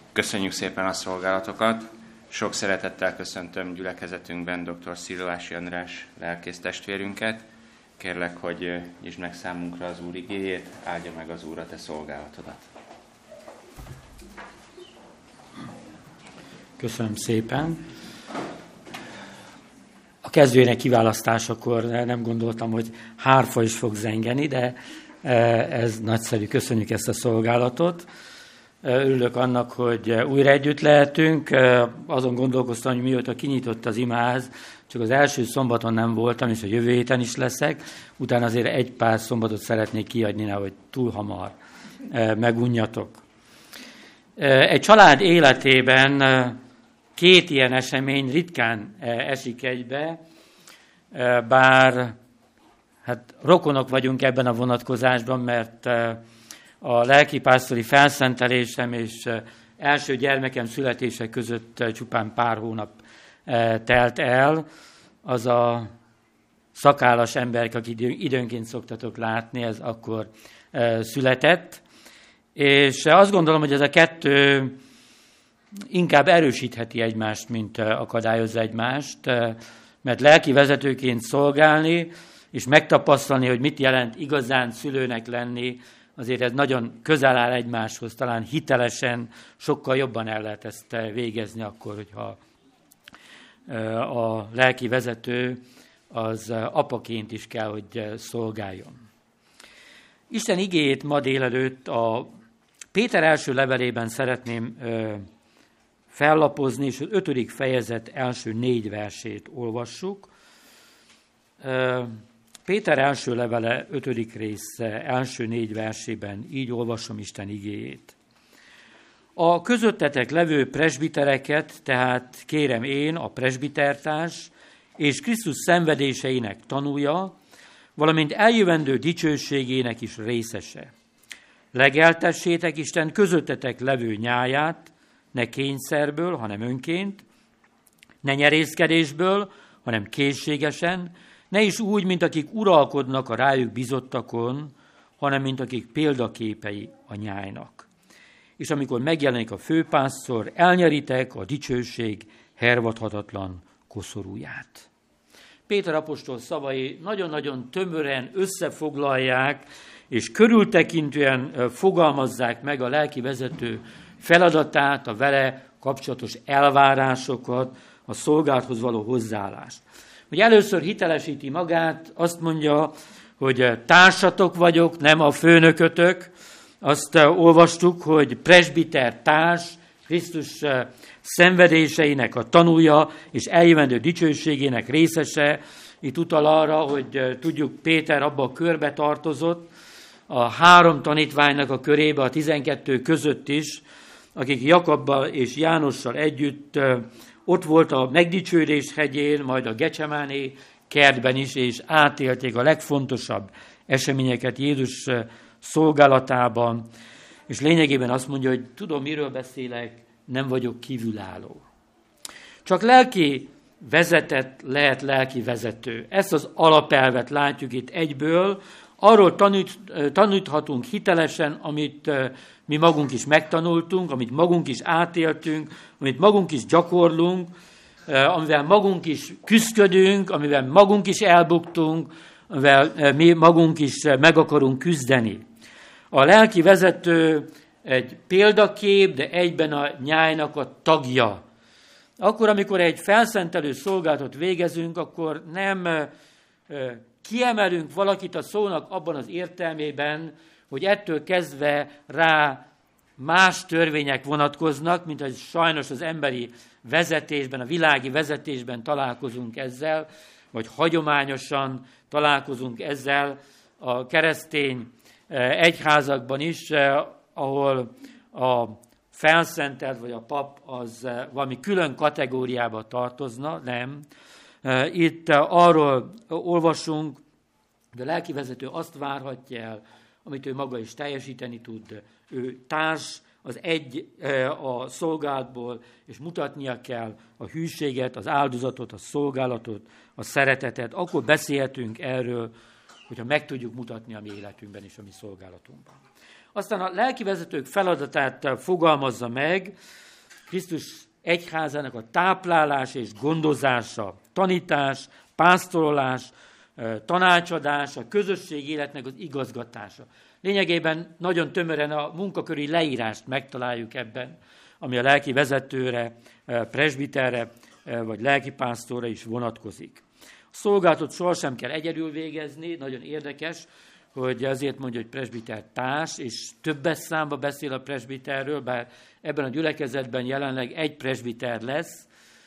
Köszönjük szépen a szolgálatokat. Sok szeretettel köszöntöm gyülekezetünkben dr. Szilvási András lelkész testvérünket. Kérlek, hogy nyisd meg számunkra az Úr igéjét, áldja meg az Úr a te szolgálatodat. Köszönöm szépen. A kezdőjének kiválasztásakor nem gondoltam, hogy hárfa is fog zengeni, de ez nagyszerű. Köszönjük ezt a szolgálatot. Örülök annak, hogy újra együtt lehetünk. Azon gondolkoztam, hogy mióta kinyitott az imaház, csak az első szombaton nem voltam, és a jövő héten is leszek. Utána azért egy pár szombatot szeretnék kiadni, nehogy túl hamar megunjatok. Egy család életében két ilyen esemény ritkán esik egybe, bár hát rokonok vagyunk ebben a vonatkozásban, mert a lelkipásztori felszentelésem és első gyermekem születése között csupán pár hónap telt el. Az a szakállas ember, akit időnként szoktatok látni, ez akkor született. És azt gondolom, hogy ez a kettő inkább erősítheti egymást, mint akadályozza egymást, mert lelki vezetőként szolgálni, és megtapasztalni, hogy mit jelent igazán szülőnek lenni, azért ez nagyon közel áll egymáshoz, talán hitelesen, sokkal jobban el lehet ezt végezni akkor, hogyha a lelki vezető az apaként is kell, hogy szolgáljon. Isten igéjét ma délelőtt a Péter első levelében szeretném fellapozni, és az 5. fejezet első 4 versét olvassuk. Péter első levele 5. rész első 4 versében így olvasom Isten igéjét. A közöttetek levő presbitereket, tehát kérem én, a presbitertárs, és Krisztus szenvedéseinek tanúja, valamint eljövendő dicsőségének is részese. Legeltessétek Isten közöttetek levő nyáját, ne kényszerből, hanem önként, ne nyerészkedésből, hanem készségesen, ne is úgy, mint akik uralkodnak a rájuk bizottakon, hanem mint akik példaképei a nyájnak. És amikor megjelenik a főpásztor, elnyeritek a dicsőség hervadhatatlan koszorúját. Péter apostol szavai nagyon-nagyon tömören összefoglalják, és körültekintően fogalmazzák meg a lelki vezető feladatát, a vele kapcsolatos elvárásokat, a szolgálathoz való hozzáállást. Ugye először hitelesíti magát, azt mondja, hogy társatok vagyok, nem a főnökötök. Azt olvastuk, hogy presbiter társ, Krisztus szenvedéseinek a tanúja és eljövendő dicsőségének részese. Itt utal arra, hogy tudjuk, Péter abba a körbe tartozott, a 3 tanítványnak a körébe, a 12 között is, akik Jakabbal és Jánossal együtt ott volt a megdicsőülés hegyén, majd a Gecsemáné kertben is, és átélték a legfontosabb eseményeket Jézus szolgálatában, és lényegében azt mondja, hogy tudom, miről beszélek, nem vagyok kívülálló. Csak lelki vezetett lehet lelki vezető. Ezt az alapelvet látjuk itt egyből. Arról taníthatunk hitelesen, amit mi magunk is megtanultunk, amit magunk is átéltünk, amit magunk is gyakorlunk, amivel magunk is küzdködünk, amivel magunk is elbuktunk, amivel mi magunk is meg akarunk küzdeni. A lelki vezető egy példakép, de egyben a nyájnak a tagja. Akkor, amikor egy felszentelő szolgálatot végezünk, akkor nem kiemelünk valakit a szónak abban az értelmében, hogy ettől kezdve rá más törvények vonatkoznak, mint hogy sajnos az emberi vezetésben, a világi vezetésben találkozunk ezzel, vagy hagyományosan találkozunk ezzel a keresztény egyházakban is, ahol a felszentelt vagy a pap az valami külön kategóriába tartozna, nem. Itt arról olvasunk, de a lelkivezető azt várhatja el, amit ő maga is teljesíteni tud. Ő társ, az egy a szolgálatból, és mutatnia kell a hűséget, az áldozatot, a szolgálatot, a szeretetet. Akkor beszélhetünk erről, hogyha meg tudjuk mutatni a mi életünkben és a mi szolgálatunkban. Aztán a lelkivezetők feladatát fogalmazza meg Krisztus egyházának a táplálás és gondozása, tanítás, pásztorolás, tanácsadás, a közösség életnek az igazgatása. Lényegében nagyon tömören a munkaköri leírást megtaláljuk ebben, ami a lelki vezetőre, presbiterre vagy lelkipásztorra is vonatkozik. A szolgálatot sohasem kell egyedül végezni, nagyon érdekes, hogy ezért mondja, hogy presbiter társ, és többes számba beszél a presbiterről, bár ebben a gyülekezetben jelenleg egy presbiter lesz,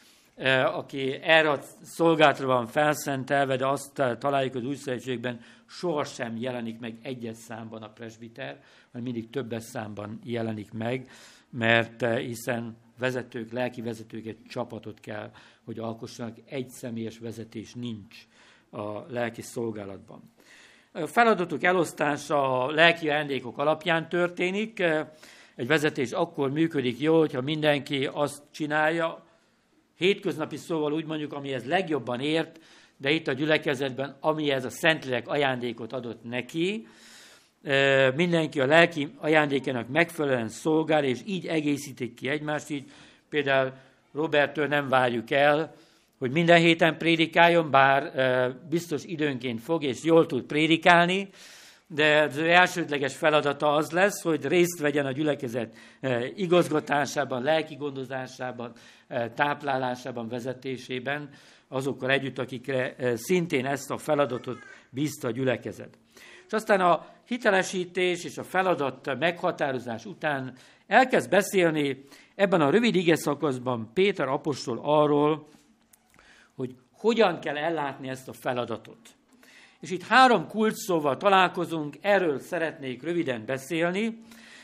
aki erre a szolgálatra van felszentelve, de azt találjuk az Újszövetségben, sohasem jelenik meg egyes számban a presbiter, hanem mindig többes számban jelenik meg, mert hiszen vezetők, lelki vezetők egy csapatot kell, hogy alkossanak, egy személyes vezetés nincs a lelki szolgálatban. A feladatok elosztása a lelki ajándékok alapján történik. Egy vezetés akkor működik jól, hogyha mindenki azt csinálja, hétköznapi szóval úgy mondjuk, amihez legjobban ért, de itt a gyülekezetben, amihez a Szentlélek ajándékot adott neki, mindenki a lelki ajándékának megfelelően szolgál, és így egészítik ki egymást. Így például Roberttől nem várjuk el, hogy minden héten prédikáljon, bár biztos időnként fog, és jól tud prédikálni, de az ő elsődleges feladata az lesz, hogy részt vegyen a gyülekezet igazgatásában, lelki gondozásában, táplálásában, vezetésében, azokkal együtt, akikre szintén ezt a feladatot bízta a gyülekezet. És aztán a hitelesítés és a feladat meghatározás után elkezd beszélni ebben a rövid igeszakaszban Péter apostol arról, hogy hogyan kell ellátni ezt a feladatot. És itt 3 kulcsszóval találkozunk, erről szeretnék röviden beszélni.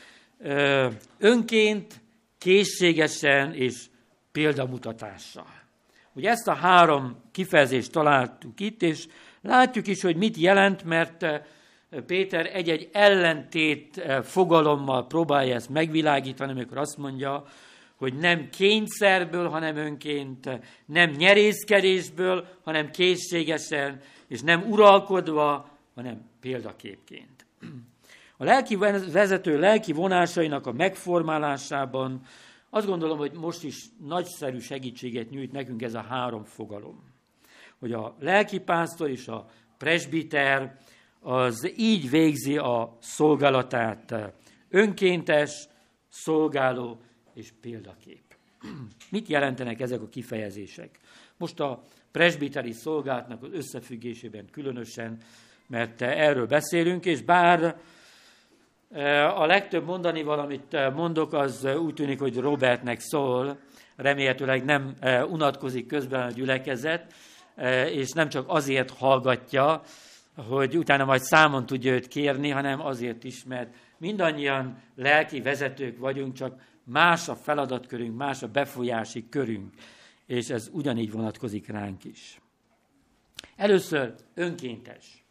Önként, készségesen és példamutatással. Ugye ezt a 3 kifejezést találtuk itt, és látjuk is, hogy mit jelent, mert Péter egy-egy ellentét fogalommal próbálja ezt megvilágítani, amikor azt mondja, hogy nem kényszerből, hanem önként, nem nyerészkedésből, hanem készségesen, és nem uralkodva, hanem példaképként. A lelki vezető lelki vonásainak a megformálásában azt gondolom, hogy most is nagyszerű segítséget nyújt nekünk ez a 3 fogalom. Hogy a lelkipásztor és a presbiter az így végzi a szolgálatát. Önkéntes, szolgáló és példakép. Mit jelentenek ezek a kifejezések? Most a presbiteri szolgálatnak az összefüggésében különösen, mert erről beszélünk, és bár a legtöbb mondani valamit mondok, az úgy tűnik, hogy Robertnek szól, remélhetőleg nem unatkozik közben a gyülekezet, és nem csak azért hallgatja, hogy utána majd számon tudja őt kérni, hanem azért is, mert mindannyian lelki vezetők vagyunk, csak más a feladatkörünk, más a befolyási körünk, és ez ugyanígy vonatkozik ránk is. Először önkéntes.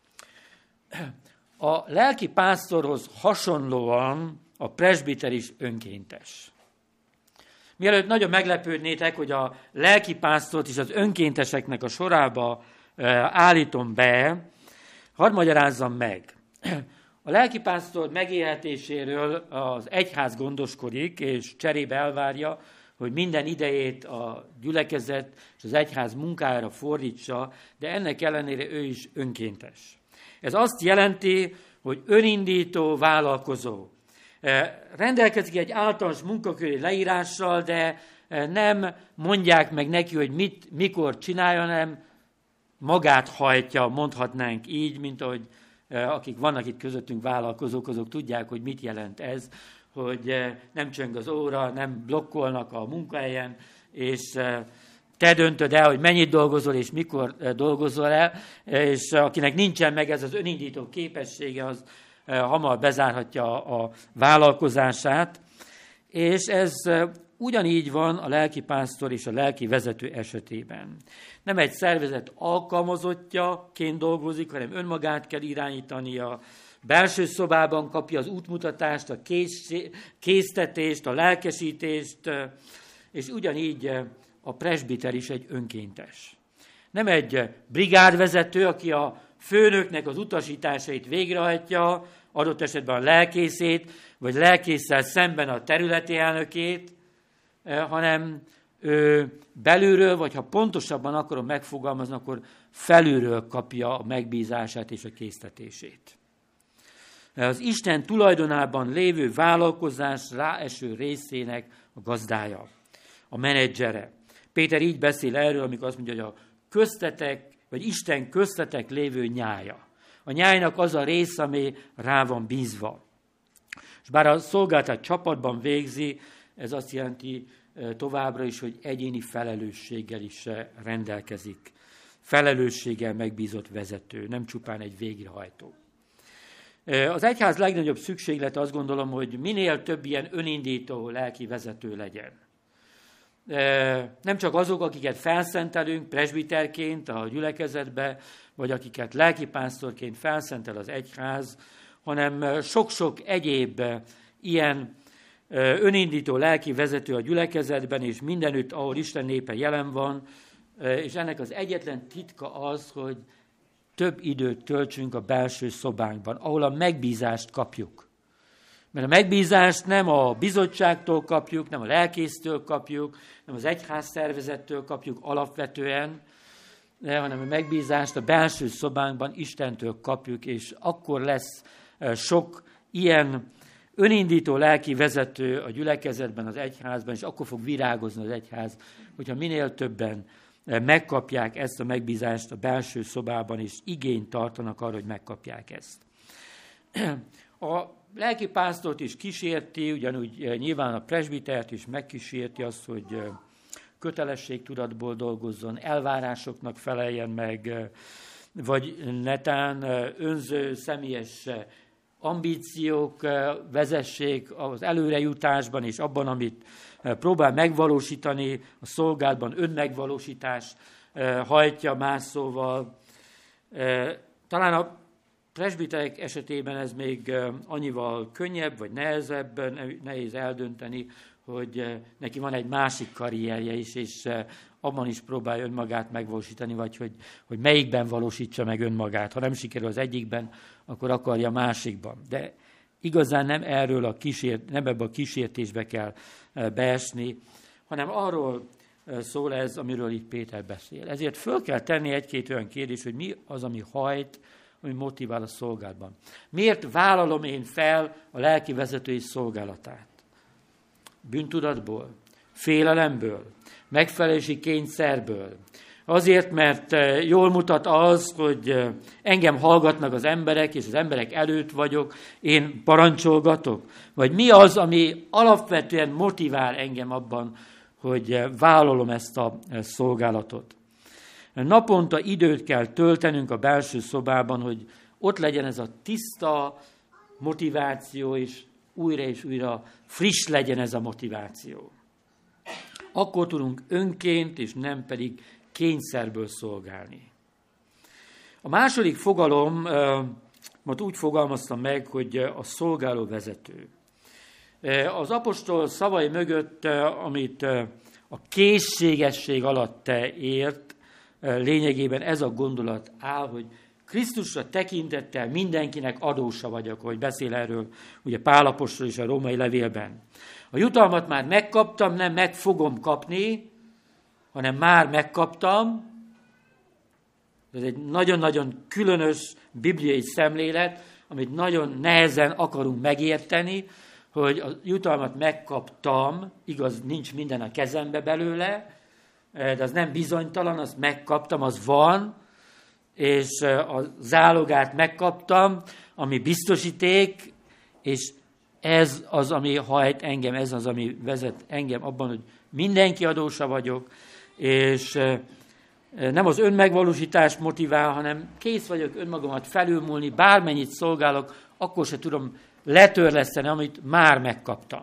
A lelki pásztorhoz hasonlóan a presbiter is önkéntes. Mielőtt nagyon meglepődnétek, hogy a lelki pásztort is az önkénteseknek a sorába állítom be, hadd magyarázzam meg. A lelkipásztor megélhetéséről az egyház gondoskodik, és cserébe elvárja, hogy minden idejét a gyülekezet és az egyház munkájára fordítsa, de ennek ellenére ő is önkéntes. Ez azt jelenti, hogy önindító, vállalkozó. Rendelkezik egy általános munkaköri leírással, de nem mondják meg neki, hogy mit, mikor csinálja, hanem magát hajtja, mondhatnánk így, mint ahogy akik vannak itt közöttünk vállalkozók, azok tudják, hogy mit jelent ez, hogy nem csöng az óra, nem blokkolnak a munkahelyen, és te döntöd el, hogy mennyit dolgozol, és mikor dolgozol el, és akinek nincsen meg ez az önindító képessége, az hamar bezárhatja a vállalkozását, és ez ugyanígy van a lelkipásztor és a lelki vezető esetében. Nem egy szervezet alkalmazottjaként dolgozik, hanem önmagát kell irányítania, belső szobában kapja az útmutatást, a késztetést, a lelkesítést, és ugyanígy a presbiter is egy önkéntes. Nem egy brigádvezető, aki a főnöknek az utasításait végrehajtja, adott esetben a lelkészét, vagy lelkésszel szemben a területi elnökét, hanem belülről, vagy ha pontosabban akarom megfogalmazni, akkor felülről kapja a megbízását és a késztetését. Az Isten tulajdonában lévő vállalkozás ráeső részének a gazdája, a menedzsere. Péter így beszél erről, amikor azt mondja, hogy a köztetek, vagy Isten köztetek lévő nyája. A nyájnak az a rész, ami rá van bízva. És bár a szolgáltat csapatban végzi, ez azt jelenti továbbra is, hogy egyéni felelősséggel is rendelkezik. Felelősséggel megbízott vezető, nem csupán egy végrehajtó. Az egyház legnagyobb szükséglete, azt gondolom, hogy minél több ilyen önindító lelki vezető legyen. Nem csak azok, akiket felszentelünk presbiterként a gyülekezetbe, vagy akiket lelkipásztorként felszentel az egyház, hanem sok-sok egyéb ilyen önindító lelki vezető a gyülekezetben, és mindenütt, ahol Isten népe jelen van, és ennek az egyetlen titka az, hogy több időt töltsünk a belső szobánkban, ahol a megbízást kapjuk. Mert a megbízást nem a bizottságtól kapjuk, nem a lelkésztől kapjuk, nem az egyházszervezettől kapjuk alapvetően, hanem a megbízást a belső szobánkban Istentől kapjuk, és akkor lesz sok ilyen önindító lelki vezető a gyülekezetben, az egyházban, és akkor fog virágozni az egyház, hogyha minél többen megkapják ezt a megbízást a belső szobában, és igényt tartanak arra, hogy megkapják ezt. A lelkipásztort is kísérti, ugyanúgy nyilván a presbitert is megkísérti azt, hogy kötelességtudatból dolgozzon, elvárásoknak feleljen meg, vagy netán önző, személyes ambíciók vezessék az előrejutásban, és abban, amit próbál megvalósítani, a szolgálatban önmegvalósítás hajtja más szóval. Talán a presbiterek esetében ez még annyival könnyebb, vagy nehezebb, nehéz eldönteni, hogy neki van egy másik karrierje is, és abban is próbálja önmagát megvalósítani, vagy hogy melyikben valósítsa meg önmagát. Ha nem sikerül az egyikben, akkor akarja a másikban. De igazán nem erről nem ebbe a kísértésbe kell beesni, hanem arról szól ez, amiről itt Péter beszél. Ezért föl kell tenni egy-két olyan kérdés, hogy mi az, ami hajt, ami motivál a szolgálatban. Miért vállalom én fel a lelki vezetői szolgálatát? Bűntudatból, félelemből, megfelelési kényszerből. Azért, mert jól mutat az, hogy engem hallgatnak az emberek, és az emberek előtt vagyok, én parancsolgatok? Vagy mi az, ami alapvetően motivál engem abban, hogy vállalom ezt a szolgálatot? Naponta időt kell töltenünk a belső szobában, hogy ott legyen ez a tiszta motiváció, és újra friss legyen ez a motiváció. Akkor tudunk önként, és nem pedig kényszerből szolgálni. A második fogalomat úgy fogalmaztam meg, hogy a szolgáló vezető. Az apostol szavai mögött, amit a készségesség alatt ért, lényegében ez a gondolat áll, hogy Krisztusra tekintettel mindenkinek adósa vagyok, ahogy beszél erről ugye Pál apostol is a római levélben. A jutalmat már megkaptam, nem meg fogom kapni, hanem már megkaptam. Ez egy nagyon-nagyon különös bibliai szemlélet, amit nagyon nehezen akarunk megérteni, hogy a jutalmat megkaptam, igaz, nincs minden a kezembe belőle, de az nem bizonytalan, azt megkaptam, az van, és a zálogát megkaptam, ami biztosíték, és ez az, ami hajt engem, ez az, ami vezet engem abban, hogy mindenki adósa vagyok, és nem az önmegvalósítás motivál, hanem kész vagyok önmagamat felülmúlni, bármennyit szolgálok, akkor se tudom letörleszteni, amit már megkaptam.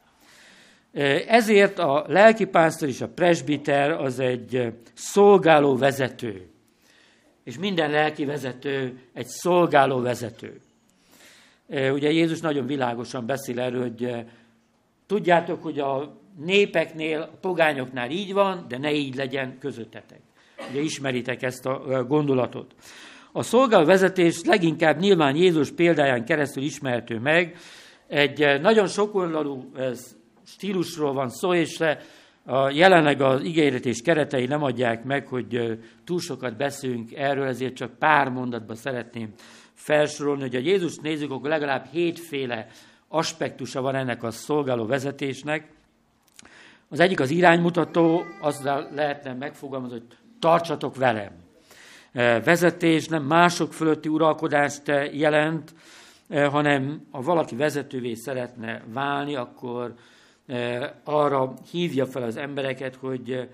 Ezért a lelkipásztor és a presbiter az egy szolgáló vezető, és minden lelki vezető egy szolgáló vezető. Ugye Jézus nagyon világosan beszél erről, hogy tudjátok, hogy a népeknél, a pogányoknál így van, de ne így legyen közöttetek. Ugye ismeritek ezt a gondolatot. A szolgálóvezetés leginkább nyilván Jézus példáján keresztül ismerhető meg. Egy nagyon sokoldalú stílusról van szó, és jelenleg az ígéretés keretei nem adják meg, hogy túl sokat beszélünk erről, ezért csak pár mondatban szeretném felsorolni, hogy a Jézust nézzük, akkor legalább 7 féle aspektusa van ennek a szolgáló vezetésnek. Az egyik az iránymutató, azzal lehetne megfogalmazni, hogy tartsatok velem. Vezetés nem mások fölötti uralkodást jelent, hanem ha valaki vezetővé szeretne válni, akkor arra hívja fel az embereket, hogy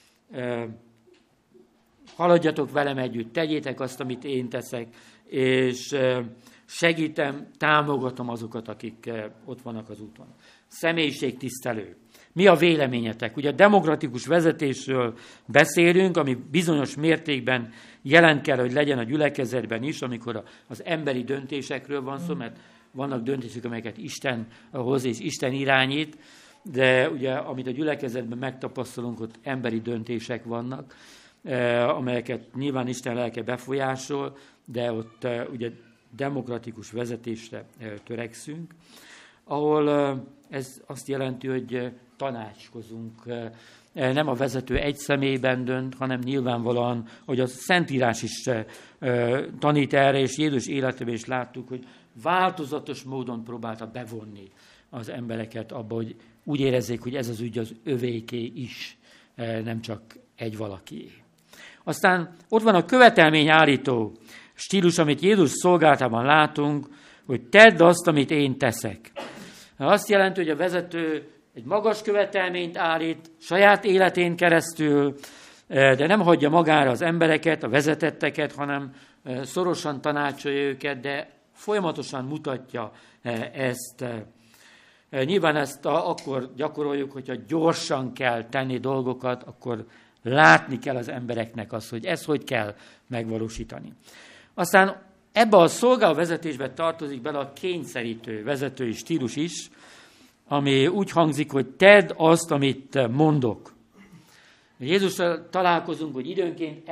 haladjatok velem együtt, tegyétek azt, amit én teszek, és segítem, támogatom azokat, akik ott vannak az úton. Személyiségtisztelő. Mi a véleményetek? Ugye a demokratikus vezetésről beszélünk, ami bizonyos mértékben jelen kell, hogy legyen a gyülekezetben is, amikor az emberi döntésekről van szó, mert vannak döntések, amelyeket Isten hoz és Isten irányít, de ugye, amit a gyülekezetben megtapasztalunk, ott emberi döntések vannak, amelyeket nyilván Isten lelke befolyásol, de ott ugye demokratikus vezetésre törekszünk, ahol ez azt jelenti, hogy tanácskozunk. Nem a vezető egy személyben dönt, hanem nyilvánvalóan, hogy a Szentírás is tanít erre, és Jézus életében is láttuk, hogy változatos módon próbálta bevonni az embereket abba, hogy úgy érezzék, hogy ez az ügy az övéké is, nem csak egy valakié. Aztán ott van a követelményállító stílus, amit Jézus szolgálatában látunk, hogy tedd azt, amit én teszek. Azt jelenti, hogy a vezető egy magas követelményt állít saját életén keresztül, de nem hagyja magára az embereket, a vezetetteket, hanem szorosan tanácsolja őket, de folyamatosan mutatja ezt. Nyilván ezt akkor gyakoroljuk, hogyha gyorsan kell tenni dolgokat, akkor látni kell az embereknek azt, hogy ezt hogy kell megvalósítani. Aztán ebbe a szolgálóvezetésbe tartozik bele a kényszerítő vezetői stílus is, ami úgy hangzik, hogy tedd azt, amit mondok. Jézussal találkozunk, hogy időnként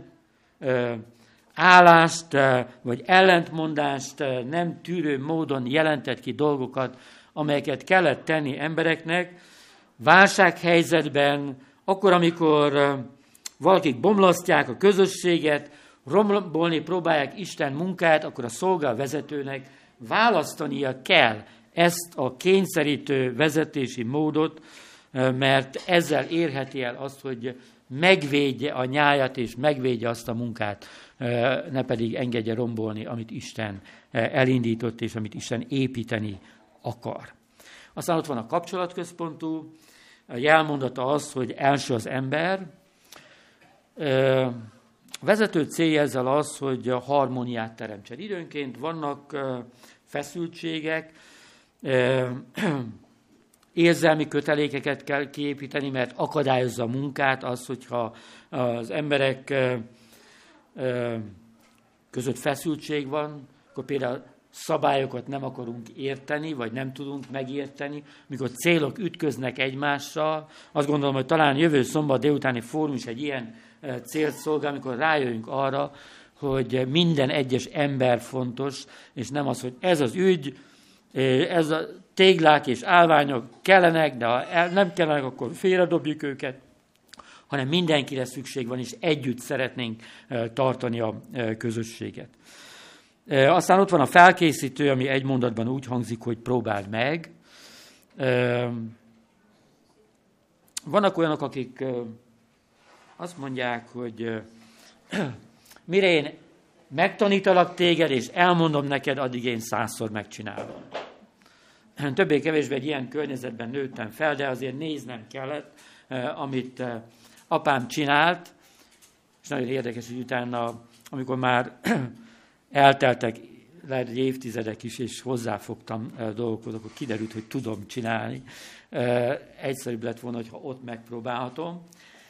állást vagy ellentmondást nem tűrő módon jelentett ki dolgokat, amelyeket kellett tenni embereknek válsághelyzetben, akkor, amikor valakik bomlasztják a közösséget, rombolni próbálják Isten munkát, akkor a szolgálvezetőnek választania kell ezt a kényszerítő vezetési módot, mert ezzel érheti el azt, hogy megvédje a nyájat és megvédje azt a munkát, ne pedig engedje rombolni, amit Isten elindított és amit Isten építeni akar. Aztán ott van a kapcsolatközpontú, a jelmondata az, hogy első az ember. A vezető célja ezzel az, hogy a harmóniát teremtsen. Időnként vannak feszültségek, érzelmi kötelékeket kell kiépíteni, mert akadályozza a munkát az, hogyha az emberek között feszültség van, akkor például szabályokat nem akarunk érteni, vagy nem tudunk megérteni, mikor célok ütköznek egymással. Azt gondolom, hogy talán jövő szombat délutáni fórum is egy ilyen célt szolgál, amikor rájöjjünk arra, hogy minden egyes ember fontos, és nem az, hogy ez az ügy, ez a téglák és állványok kellenek, de ha nem kellenek, akkor félredobjuk őket, hanem mindenkire szükség van, és együtt szeretnénk tartani a közösséget. Aztán ott van a felkészítő, ami egy mondatban úgy hangzik, hogy próbáld meg. Vannak olyanok, akik azt mondják, hogy mire én megtanítalak téged, és elmondom neked, addig én 100-szor megcsinálom. Többé-kevésbé egy ilyen környezetben nőttem fel, de azért néznem kellett, amit apám csinált, és nagyon érdekes, hogy utána, amikor már elteltek lehet évtizedek is, és hozzáfogtam dolgokhoz, akkor kiderült, hogy tudom csinálni. Egyszerűbb lett volna, ha ott megpróbálhatom.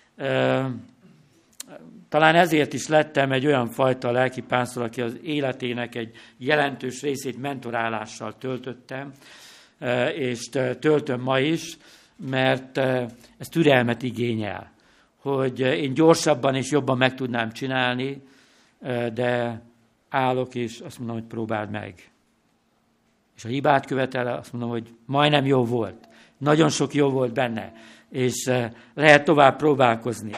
Talán ezért is lettem egy olyan fajta lelkipásztor, aki az életének egy jelentős részét mentorálással töltöttem, és töltöm ma is, mert ez türelmet igényel, hogy én gyorsabban és jobban meg tudnám csinálni, de állok, és azt mondom, hogy próbáld meg. És a hibát követel, azt mondom, hogy majdnem jó volt. Nagyon sok jó volt benne, és lehet tovább próbálkozni.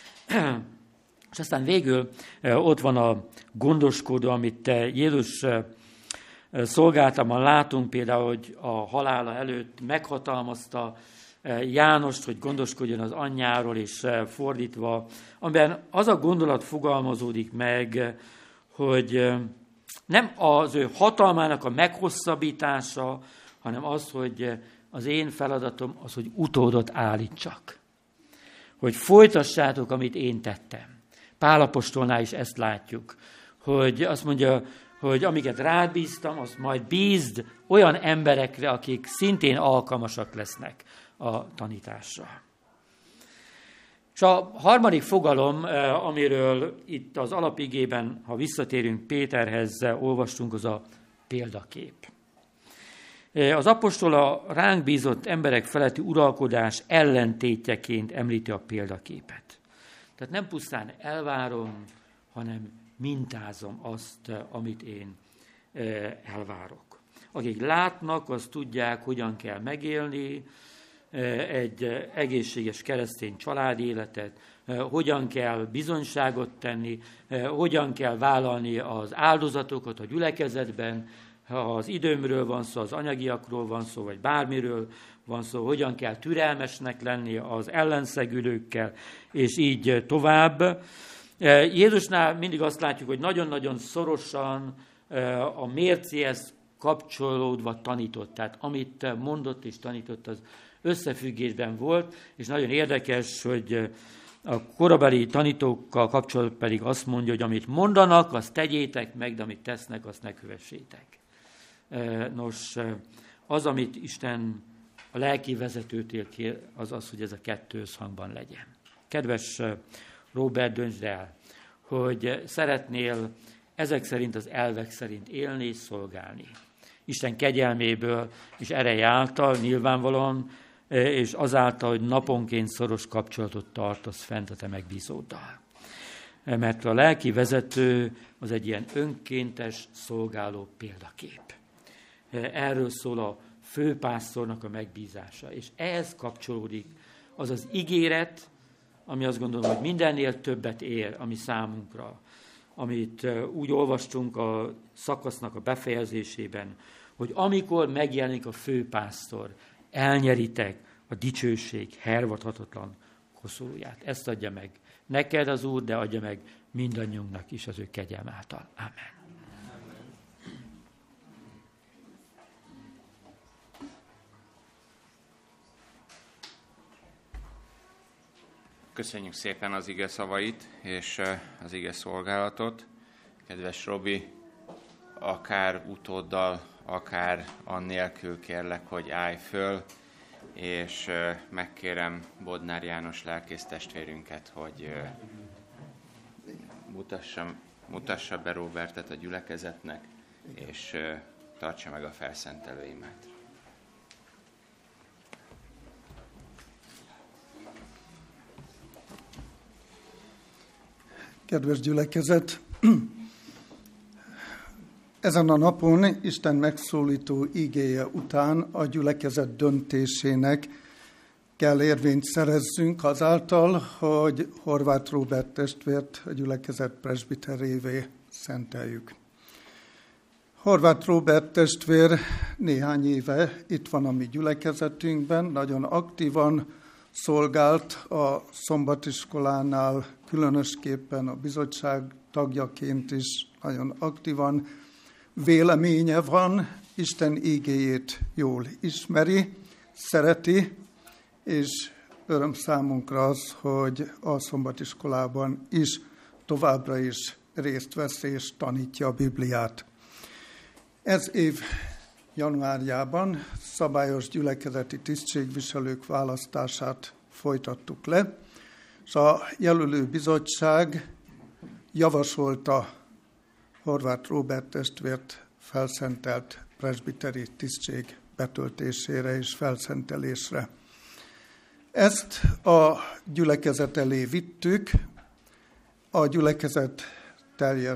És aztán végül ott van a gondoskodó, amit Jézus szolgáltában látunk, például, hogy a halála előtt meghatalmazta Jánost, hogy gondoskodjon az anyjáról, és fordítva, amiben az a gondolat fogalmazódik meg, hogy nem az ő hatalmának a meghosszabbítása, hanem az, hogy az én feladatom az, hogy utódot állítsak. Hogy folytassátok, amit én tettem. Pál apostolnál is ezt látjuk, hogy azt mondja, hogy amiket rád bíztam, azt majd bízd olyan emberekre, akik szintén alkalmasak lesznek a tanításra. És a harmadik fogalom, amiről itt az alapigében, ha visszatérünk Péterhez, olvastunk, az a példakép. Az apostol a ránk bízott emberek feletti uralkodás ellentétjeként említi a példaképet. Tehát nem pusztán elvárom, hanem mintázom azt, amit én elvárok. Akik látnak, azt tudják, hogyan kell megélni egy egészséges keresztény családéletet, hogyan kell bizonyságot tenni, hogyan kell vállalni az áldozatokat a gyülekezetben, ha az időmről van szó, az anyagiakról van szó, vagy bármiről van szó, hogyan kell türelmesnek lenni az ellenszegülőkkel, és így tovább. Jézusnál mindig azt látjuk, hogy nagyon-nagyon szorosan a mércéhez kapcsolódva tanított. Tehát amit mondott és tanított, az összefüggésben volt, és nagyon érdekes, hogy a korabeli tanítókkal kapcsolatban pedig azt mondja, hogy amit mondanak, azt tegyétek meg, de amit tesznek, azt ne kövessétek. Nos, az, amit Isten a lelki vezetőtől kér, az az, hogy ez a kettő összhangban legyen. Kedves Róbert, döntsd el, hogy szeretnél ezek szerint, az elvek szerint élni és szolgálni. Isten kegyelméből és ereje által nyilvánvalóan, és azáltal, hogy naponként szoros kapcsolatot tartasz fent a te megbízóddal. Mert a lelki vezető az egy ilyen önkéntes, szolgáló példakép. Erről szól a főpásztornak a megbízása, és ehhez kapcsolódik az az ígéret, ami azt gondolom, hogy mindennél többet ér, ami számunkra, amit úgy olvastunk a szakasznak a befejezésében, hogy amikor megjelenik a főpásztor, elnyeritek a dicsőség hervadhatatlan koszorúját. Ezt adja meg neked az Úr, de adja meg mindannyiunknak is az ő kegyelm által. Amen. Köszönjük szépen az ige szavait és az ige szolgálatot. Kedves Robi, akár utóddal, akár annélkül kérlek, hogy állj föl, és megkérem Bodnár János lelkész testvérünket, hogy mutassa be Róbertet a gyülekezetnek, és tartsa meg a felszentelő imát. Kedves gyülekezet! Ezen a napon Isten megszólító igéje után a gyülekezet döntésének kell érvényt szerezzünk azáltal, hogy Horváth Róbert testvért a gyülekezet presbiterévé szenteljük. Horváth Róbert testvér néhány éve itt van a mi gyülekezetünkben, nagyon aktívan szolgált a szombatiskolánál, különösképpen a bizottság tagjaként is nagyon aktívan. Véleménye van, Isten igéjét jól ismeri, szereti, és öröm számunkra az, hogy a szombatiskolában is továbbra is részt vesz és tanítja a Bibliát. Ez év januárjában szabályos gyülekezeti tisztségviselők választását folytattuk le, és a jelölő bizottság javasolta Horváth Róbert testvért felszentelt presbiteri tisztség betöltésére és felszentelésre. Ezt a gyülekezet elé vittük, a gyülekezet teljes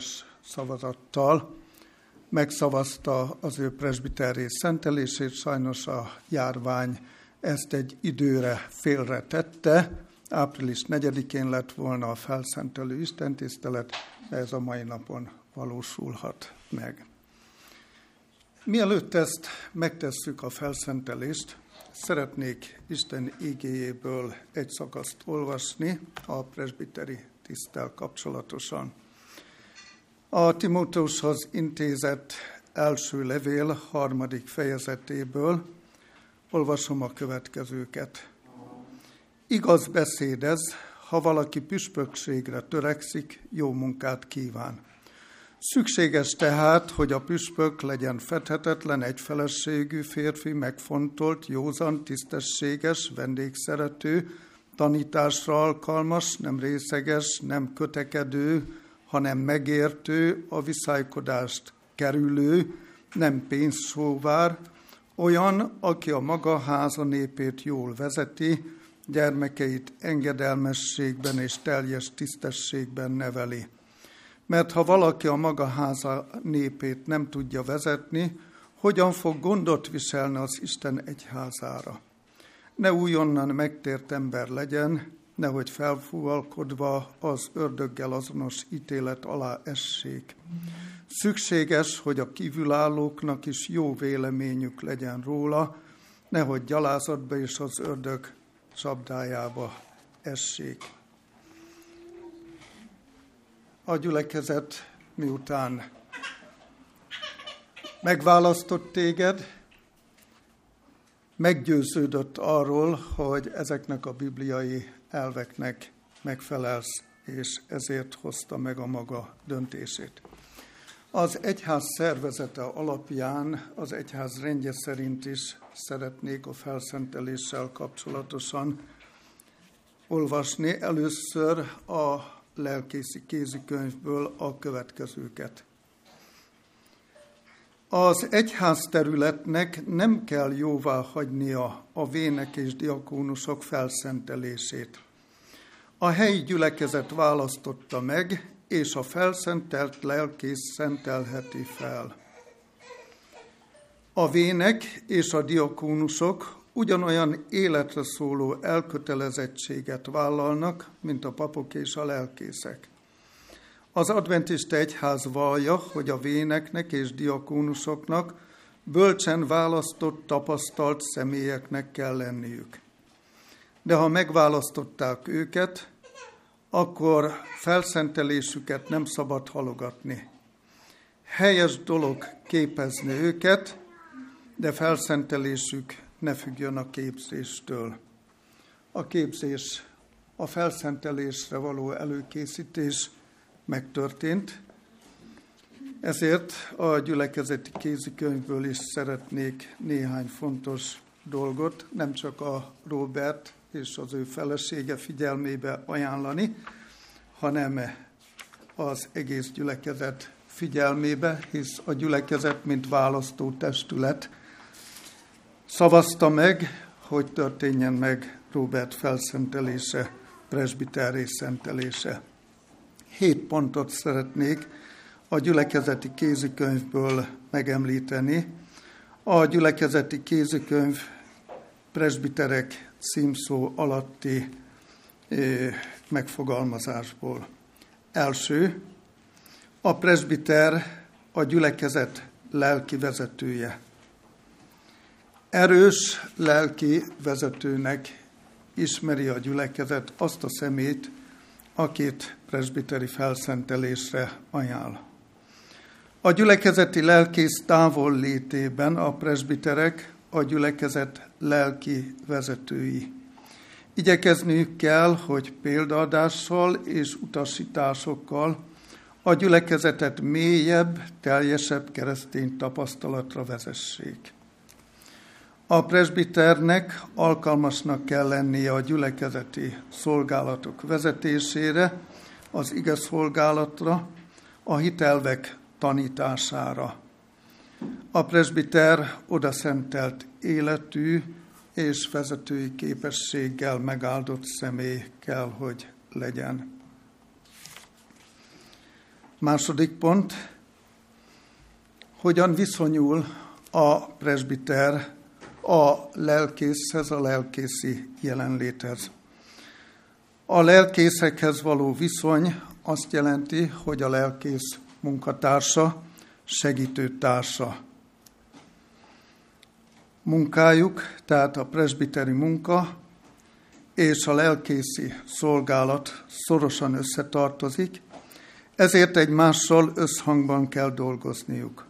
szavazattal megszavazta az ő presbiterré szentelését. Sajnos a járvány ezt egy időre félre tette. Április 4-én lett volna a felszentelő istentisztelet, de ez a mai napon valósulhat meg. Mielőtt ezt megtesszük, a felszentelést, szeretnék Isten igéjéből egy szakaszt olvasni a presbiteri tiszttel kapcsolatosan. A Timóteushoz intézett első levél 3. fejezetéből olvasom a következőket. Igaz beszéd ez, ha valaki püspökségre törekszik, jó munkát kíván. Szükséges tehát, hogy a püspök legyen fedhetetlen, egyfelességű férfi, megfontolt, józan, tisztességes, vendégszerető, tanításra alkalmas, nem részeges, nem kötekedő, hanem megértő, a viszálykodást kerülő, nem pénzsóvár, olyan, aki a maga háza népét jól vezeti, gyermekeit engedelmességben és teljes tisztességben neveli. Mert ha valaki a maga háza népét nem tudja vezetni, hogyan fog gondot viselni az Isten egyházára? Ne újonnan megtért ember legyen, nehogy felfúvalkodva az ördöggel azonos ítélet alá essék. Szükséges, hogy a kívülállóknak is jó véleményük legyen róla, nehogy gyalázatba és az ördög csapdájába essék. A gyülekezet miután megválasztott téged, meggyőződött arról, hogy ezeknek a bibliai elveknek megfelelsz, és ezért hozta meg a maga döntését. Az egyház szervezete alapján, az egyház rendje szerint is szeretnék a felszenteléssel kapcsolatosan olvasni. Először a lelkészi kézikönyvből a következőket. Az egyház területnek nem kell jóvá hagynia a vének és diakónusok felszentelését. A helyi gyülekezet választotta meg, és a felszentelt lelkész szentelheti fel. A vének és a diakónusok ugyanolyan életre szóló elkötelezettséget vállalnak, mint a papok és a lelkészek. Az adventista egyház vallja, hogy a véneknek és diakónusoknak bölcsen választott, tapasztalt személyeknek kell lenniük. De ha megválasztották őket, akkor felszentelésüket nem szabad halogatni. Helyes dolog képezni őket, de felszentelésük ne függjön a képzéstől. A képzés, a felszentelésre való előkészítés megtörtént, ezért a gyülekezeti kézikönyvből is szeretnék néhány fontos dolgot, nem csak a Róbert és az ő felesége figyelmébe ajánlani, hanem az egész gyülekezet figyelmébe, hisz a gyülekezet, mint választó testület szavazta meg, hogy történjen meg Róbert felszentelése, presbiterré szentelése. 7 pontot szeretnék a gyülekezeti kézikönyvből megemlíteni. A gyülekezeti kézikönyv presbiterek címszó alatti megfogalmazásból. Első, a presbiter a gyülekezet lelki vezetője. Erős lelki vezetőnek ismeri a gyülekezet azt a szemét, akit presbiteri felszentelésre ajánl. A gyülekezeti lelkész távol létében a presbiterek a gyülekezet lelki vezetői. Igyekezniük kell, hogy példaadással és utasításokkal a gyülekezetet mélyebb, teljesebb keresztény tapasztalatra vezessék. A presbiternek alkalmasnak kell lennie a gyülekezeti szolgálatok vezetésére, az igeszolgálatra, a hitelvek tanítására. A presbiter odaszentelt életű és vezetői képességgel megáldott személy kell, hogy legyen. Második pont, hogyan viszonyul a presbiter a lelkészhez, a lelkészi jelenléthez. A lelkészekhez való viszony azt jelenti, hogy a lelkész munkatársa, segítőtársa. Munkájuk, tehát a presbiteri munka és a lelkészi szolgálat szorosan összetartozik, ezért egymással összhangban kell dolgozniuk.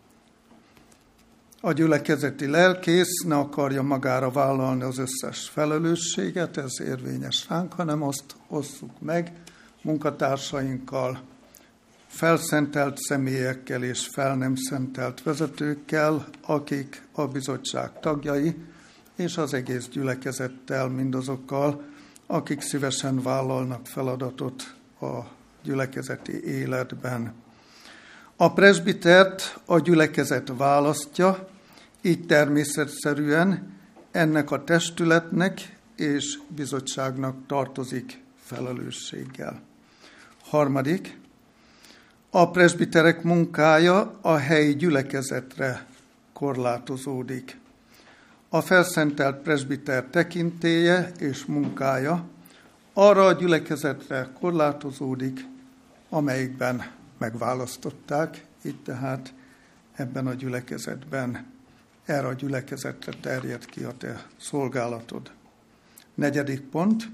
A gyülekezeti lelkész ne akarja magára vállalni az összes felelősséget, ez érvényes ránk, hanem azt osszuk meg munkatársainkkal, felszentelt személyekkel és fel nem szentelt vezetőkkel, akik a bizottság tagjai, és az egész gyülekezettel, mindazokkal, akik szívesen vállalnak feladatot a gyülekezeti életben. A presbitert a gyülekezet választja, így természetszerűen ennek a testületnek és bizottságnak tartozik felelősséggel. Harmadik, a presbiterek munkája a helyi gyülekezetre korlátozódik. A felszentelt presbiter tekintélye és munkája arra a gyülekezetre korlátozódik, amelyikben megválasztották, így tehát ebben a gyülekezetben, erre a gyülekezetre terjed ki a te szolgálatod. Negyedik pont.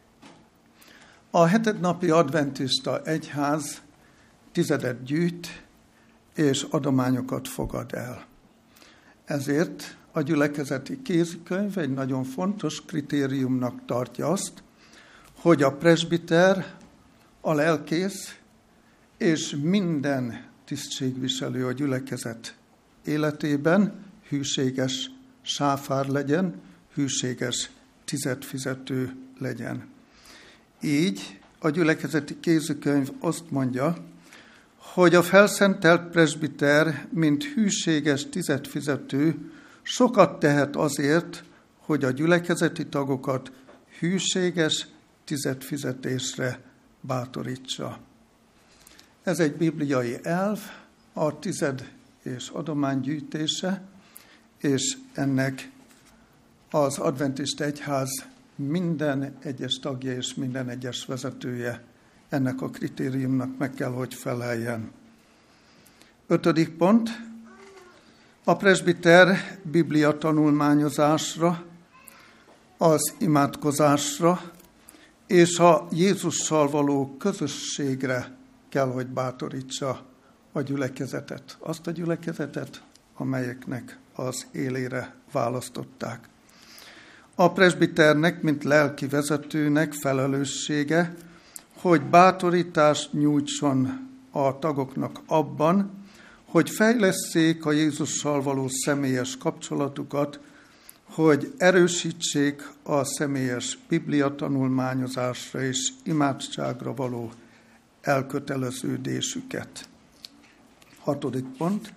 A hetednapi adventista egyház tizedet gyűjt és adományokat fogad el. Ezért a gyülekezeti kézikönyv egy nagyon fontos kritériumnak tartja azt, hogy a presbiter, a lelkész és minden tisztségviselő a gyülekezet életében hűséges sáfár legyen, hűséges tizedfizető legyen. Így a gyülekezeti kézikönyv azt mondja, hogy a felszentelt presbiter, mint hűséges tizedfizető, sokat tehet azért, hogy a gyülekezeti tagokat hűséges tizedfizetésre bátorítsa. Ez egy bibliai elv, a tized és adománygyűjtése, és ennek az adventista egyház minden egyes tagja és minden egyes vezetője ennek a kritériumnak meg kell, hogy feleljen. 5. pont. A presbiter Biblia tanulmányozásra, az imádkozásra és a Jézussal való közösségre kell, hogy bátorítsa a gyülekezetet. Azt a gyülekezetet, amelyeknek az élére választották. A presbiternek, mint lelki vezetőnek felelőssége, hogy bátorítást nyújtson a tagoknak abban, hogy fejlesszék a Jézussal való személyes kapcsolatukat, hogy erősítsék a személyes Biblia tanulmányozásra és imádságra való elköteleződésüket. 6. pont.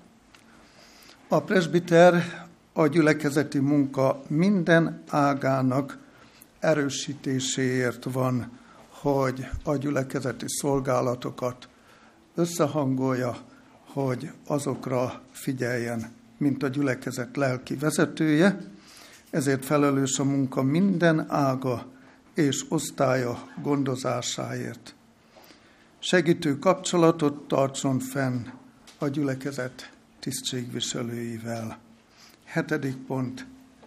A presbiter a gyülekezeti munka minden ágának erősítéséért van, hogy a gyülekezeti szolgálatokat összehangolja, hogy azokra figyeljen, mint a gyülekezet lelki vezetője, ezért felelős a munka minden ága és osztálya gondozásáért. Segítő kapcsolatot tartson fenn a gyülekezet tisztségviselőivel. 7. pont.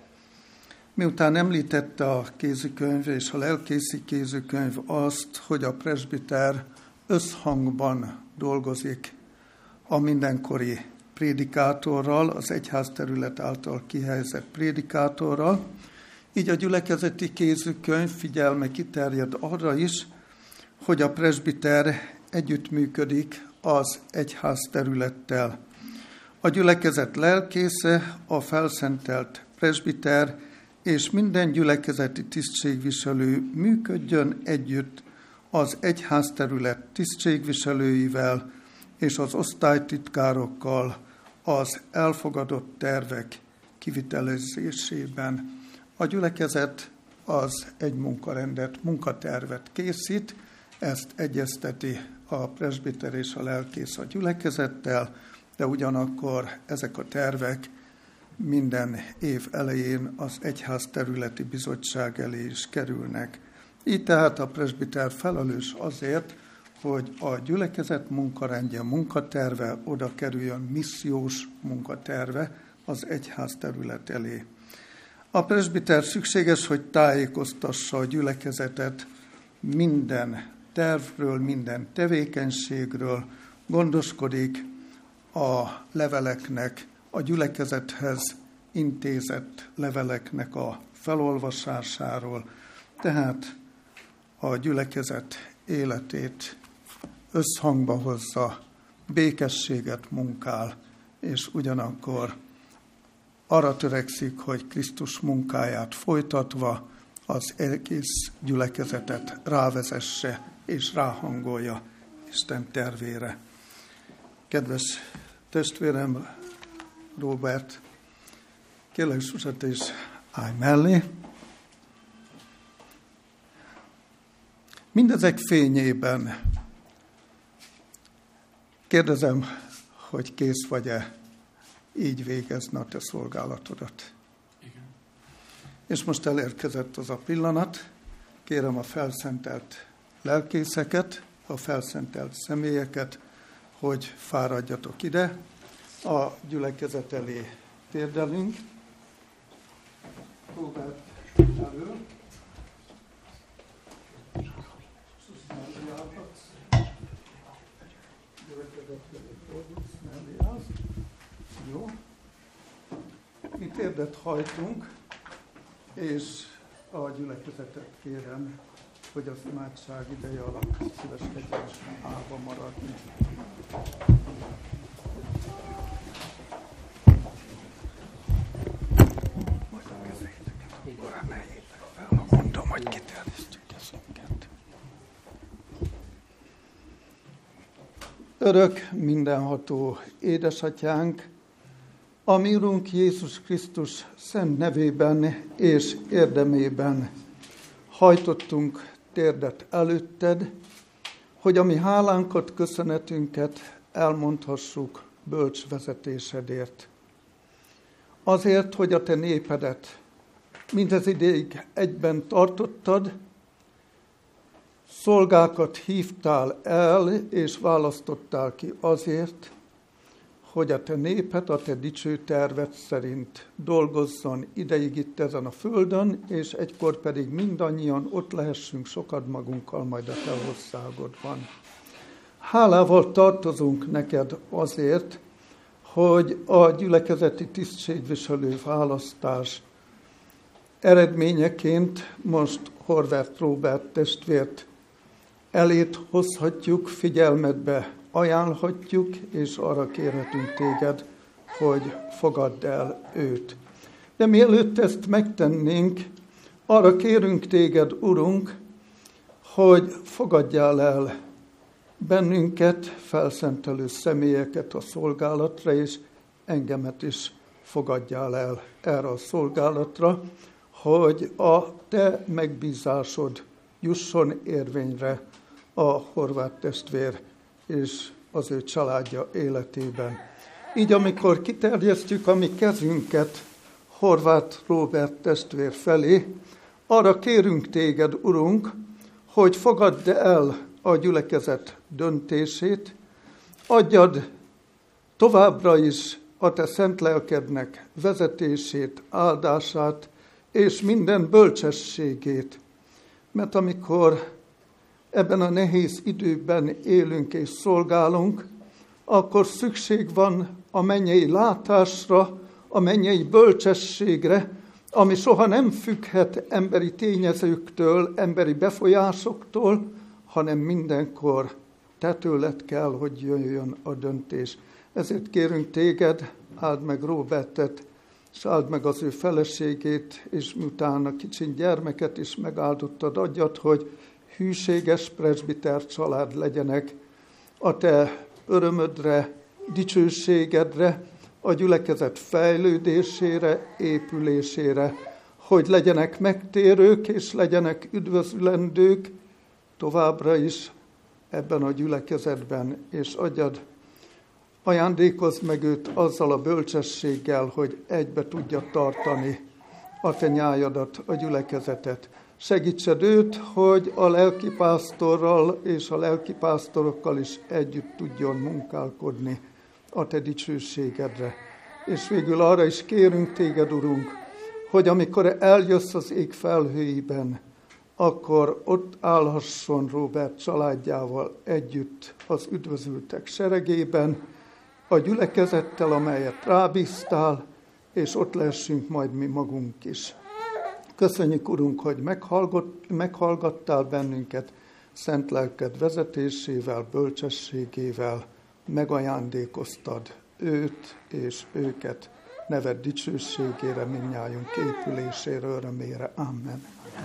Miután említette a kézikönyv és a lelkészi kézikönyv azt, hogy a presbiter összhangban dolgozik a mindenkori prédikátorral, az egyházterület által kihelyezett prédikátorral, így a gyülekezeti kézikönyv figyelme kiterjed arra is, hogy a presbiter együttműködik az egyházterülettel. A gyülekezet lelkésze, a felszentelt presbiter és minden gyülekezeti tisztségviselő működjön együtt az egyházterület tisztségviselőivel és az osztálytitkárokkal az elfogadott tervek kivitelezésében. A gyülekezet az egy munkarendet, munkatervet készít, ezt egyezteti a presbiter és a lelkész a gyülekezettel, de ugyanakkor ezek a tervek minden év elején az egyház területi bizottság elé is kerülnek. Így tehát a presbiter felelős azért, hogy a gyülekezet munkarendje, munkaterve oda kerüljön, missziós munkaterve az egyház terület elé. A presbiter szükséges, hogy tájékoztassa a gyülekezetet minden tervről, minden tevékenységről, gondoskodik a leveleknek, a gyülekezethez intézett leveleknek a felolvasásáról, tehát a gyülekezet életét összhangba hozza, békességet munkál, és ugyanakkor arra törekszik, hogy Krisztus munkáját folytatva az egész gyülekezetet rávezesse és ráhangolja Isten tervére. Kedves testvérem, Róbert, kérlek Zsuzsát is állj mellé. Mindezek fényében kérdezem, hogy kész vagy-e így végezni a te szolgálatodat. Igen. És most elérkezett az a pillanat, kérem a felszentelt lelkészeket, a felszentelt személyeket, hogy fáradjatok ide, a gyülekezet elé térdelünk. Róbert elő. Jó. Mi térdet hajtunk, és a gyülekezetet kérem, hogy az imádság ideje alatt szíveskedjen állva maradni. Mondom, hogy kiterjesztjük kezünket. Örök, mindenható édesatyánk, a mi Urunk Jézus Krisztus szent nevében és érdemében hajtottunk térdet előtted, hogy a mi hálánkat, köszönetünket elmondhassuk bölcs vezetésedért. Azért, hogy a te népedet mindez ideig egyben tartottad, szolgákat hívtál el és választottál ki azért, hogy a te néped a te dicső terved szerint dolgozzon ideig itt ezen a földön, és egykor pedig mindannyian ott lehessünk sokad magunkkal majd a te országodban. Hálával tartozunk neked azért, hogy a gyülekezeti tisztségviselő választás eredményeként most Horváth Róbert testvért elét hozhatjuk, figyelmedbe ajánlhatjuk, és arra kérhetünk téged, hogy fogadd el őt. De mielőtt ezt megtennénk, arra kérünk téged, Urunk, hogy fogadjál el bennünket, felszentelő személyeket a szolgálatra, és engemet is fogadjál el erre a szolgálatra, hogy a te megbízásod jusson érvényre a Horváth testvér és az ő családja életében. Így amikor kiterjesztjük a mi kezünket Horváth Róbert testvér felé, arra kérünk téged, Urunk, hogy fogadd el a gyülekezet döntését, adjad továbbra is a te szent lelkednek vezetését, áldását és minden bölcsességét. Mert amikor ebben a nehéz időben élünk és szolgálunk, akkor szükség van a mennyei látásra, a mennyei bölcsességre, ami soha nem függhet emberi tényezőktől, emberi befolyásoktól, hanem mindenkor te tőled kell, hogy jöjjön a döntés. Ezért kérünk téged, áld meg Róbertet, és áld meg az ő feleségét, és miután a kicsin gyermeket is megáldottad, adjad, hogy hűséges presbiter család legyenek a te örömödre, dicsőségedre, a gyülekezet fejlődésére, épülésére, hogy legyenek megtérők és legyenek üdvözlendők, továbbra is ebben a gyülekezetben, és adjad, ajándékozd meg őt azzal a bölcsességgel, hogy egybe tudja tartani a te nyájadat, a gyülekezetet. Segítsed őt, hogy a lelkipásztorral és a lelkipásztorokkal is együtt tudjon munkálkodni a te dicsőségedre. És végül arra is kérünk téged, Urunk, hogy amikor eljössz az ég felhőiben, akkor ott állhasson Róbert családjával együtt az üdvözültek seregében, a gyülekezettel, amelyet rábíztál, és ott lehessünk majd mi magunk is. Köszönjük, Urunk, hogy meghallgattál bennünket, szent lelked vezetésével, bölcsességével, megajándékoztad őt és őket, neved dicsőségére, mindnyájunk épülésére, örömére. Amen.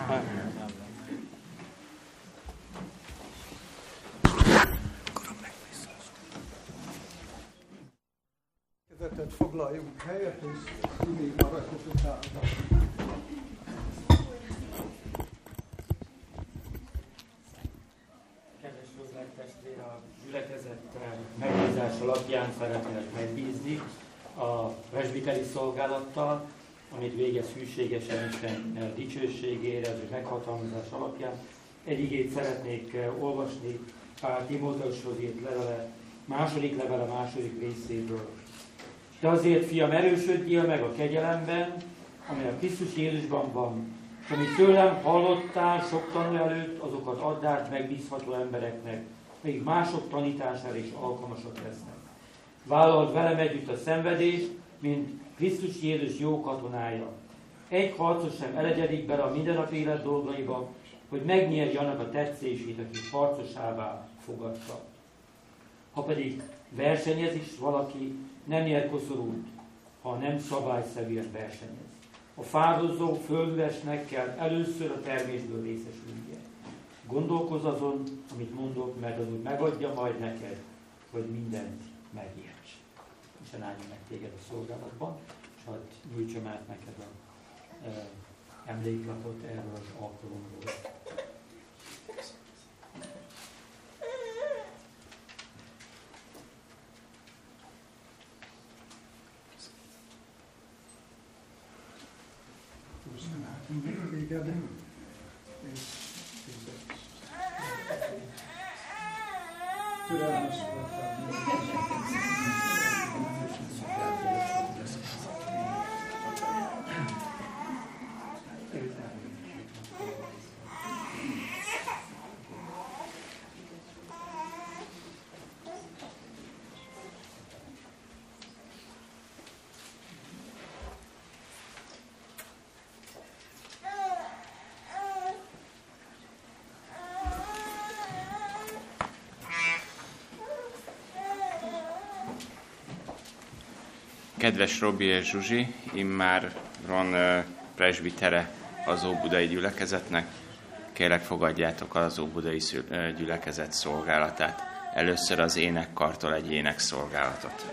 Kezetet foglaljunk helyet, és mindig maradjuk utána. Kedves testvér, a gyülekezet megbízás alapján szeretnék megbízni a presbiteri szolgálattal, amit végez hűségesen Isten dicsőségére, az ő meghatalmazás alapján. Egy igét szeretnék olvasni Pál Timóteushoz írt levele, második részéből. De azért, fiam, erősödjél meg a kegyelemben, amely a Krisztus Jézusban van, és amit tőlem hallottál sok tanú előtt, azokat add át megbízható embereknek, még mások tanítására is alkalmasak lesznek. Vállald velem együtt a szenvedést, mint Krisztus Jézus jó katonája. Egy harcos sem elegyedik bele a mindennapi élet dolgaiba, hogy megnyerje annak a tetszését, aki harcosává fogadta. Ha pedig versenyez is valaki, nem nyer koszorút, ha nem szabályszerűen versenyez. A fáradozó földüresnek kell először a termésből részesülnie. Gondolkozz azon, amit mondok, mert az úgy megadja majd neked, hogy mindent megérts. Isten áldjon meg téged a szolgálatban, és hadd nyújtsam át neked az emléklapot erről az alkalomról. Kedves Robi és Zsuzsi, immáron presbitere az óbudai gyülekezetnek, kérlek fogadjátok az óbudai gyülekezet szolgálatát. Először az énekkartól egy énekszolgálatot.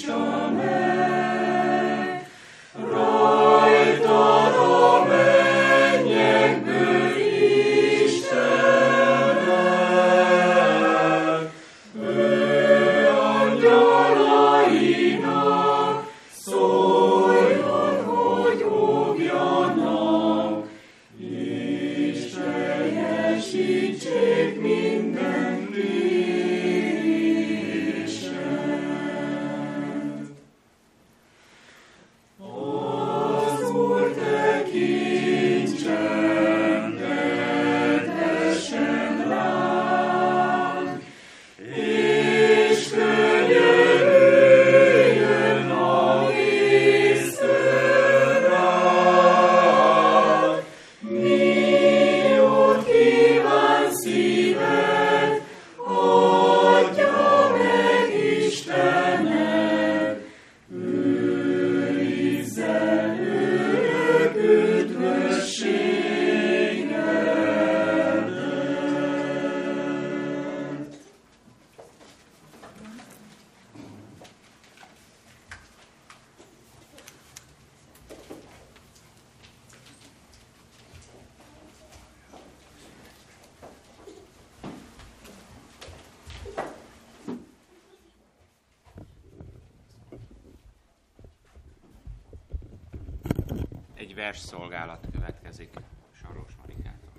Egy versszolgálat következik Saros Marikától.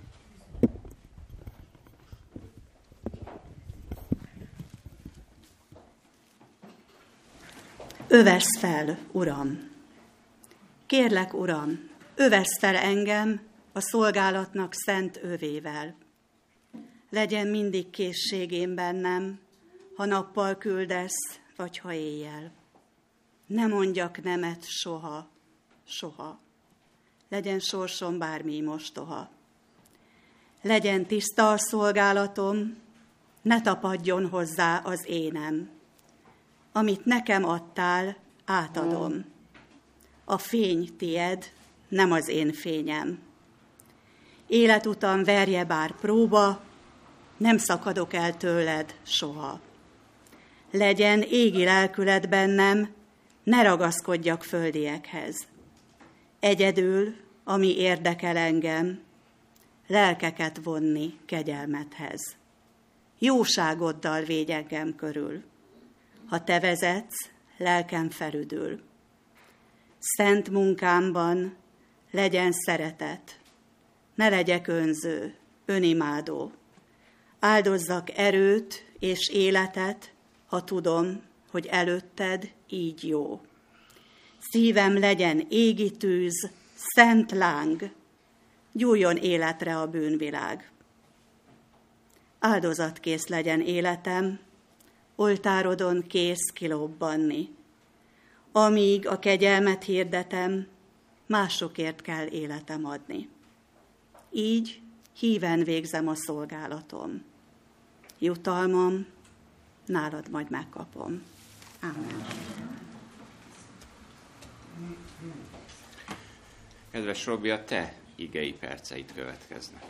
Övesd fel, Uram! Kérlek, Uram, övesd fel engem a szolgálatnak szent övével. Legyen mindig készségém bennem, ha nappal küldesz, vagy ha éjjel. Ne mondjak nemet soha, soha. Legyen sorsom bármi mostoha. Legyen tiszta a szolgálatom, ne tapadjon hozzá az énem. Amit nekem adtál, átadom. A fény tied, nem az én fényem. Életutam verje bár próba, nem szakadok el tőled soha. Legyen égi lelkület bennem, ne ragaszkodjak földiekhez. Egyedül, ami érdekel engem, lelkeket vonni kegyelmedhez. Jóságoddal védj engem körül. Ha te vezetsz, lelkem felüdül. Szent munkámban legyen szeretet, ne legyek önző, önimádó. Áldozzak erőt és életet, ha tudom, hogy előtted így jó. Szívem legyen égi tűz, szent láng, gyújjon életre a bűnvilág. Áldozatkész legyen életem, oltárodon kész kilobbanni. Amíg a kegyelmet hirdetem, másokért kell életem adni. Így híven végzem a szolgálatom. Jutalmam nálad majd megkapom. Ámen. Kedves Robi, a te igei perceid következnek.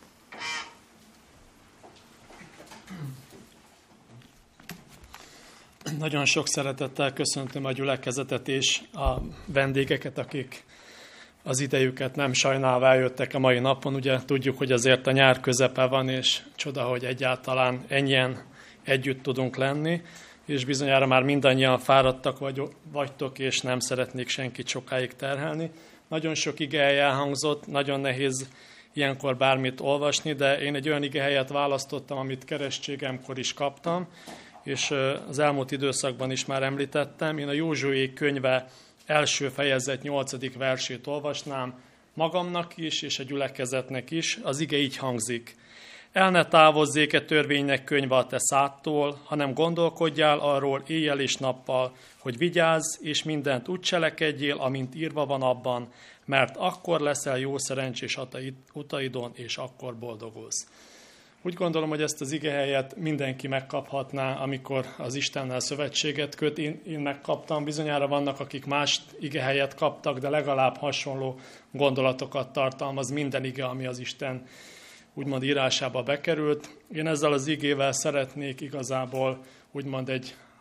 Nagyon sok szeretettel köszöntöm a gyülekezetet és a vendégeket, akik az idejüket nem sajnálva eljöttek a mai napon. Ugye tudjuk, hogy azért a nyár közepe van, és csoda, hogy egyáltalán ennyien együtt tudunk lenni, és bizonyára már mindannyian fáradtak vagytok, és nem szeretnék senkit sokáig terhelni. Nagyon sok igehely elhangzott, nagyon nehéz ilyenkor bármit olvasni, de én egy olyan igehelyet választottam, amit keresztségemkor is kaptam, és az elmúlt időszakban is már említettem. Én a Józsué könyve első fejezet 8. versét olvasnám magamnak is, és a gyülekezetnek is. Az ige így hangzik. El ne távozzék-e törvénynek könyve a te szádtól, hanem gondolkodjál arról éjjel és nappal, hogy vigyázz, és mindent úgy cselekedjél, amint írva van abban, mert akkor leszel jó szerencsés utaidon, és akkor boldogulsz. Úgy gondolom, hogy ezt az igehelyet mindenki megkaphatná, amikor az Istennel szövetséget köt. Én megkaptam, bizonyára vannak, akik más igehelyet kaptak, de legalább hasonló gondolatokat tartalmaz minden ige, ami az Isten úgymond írásába bekerült. Én ezzel az igével szeretnék igazából úgymond egy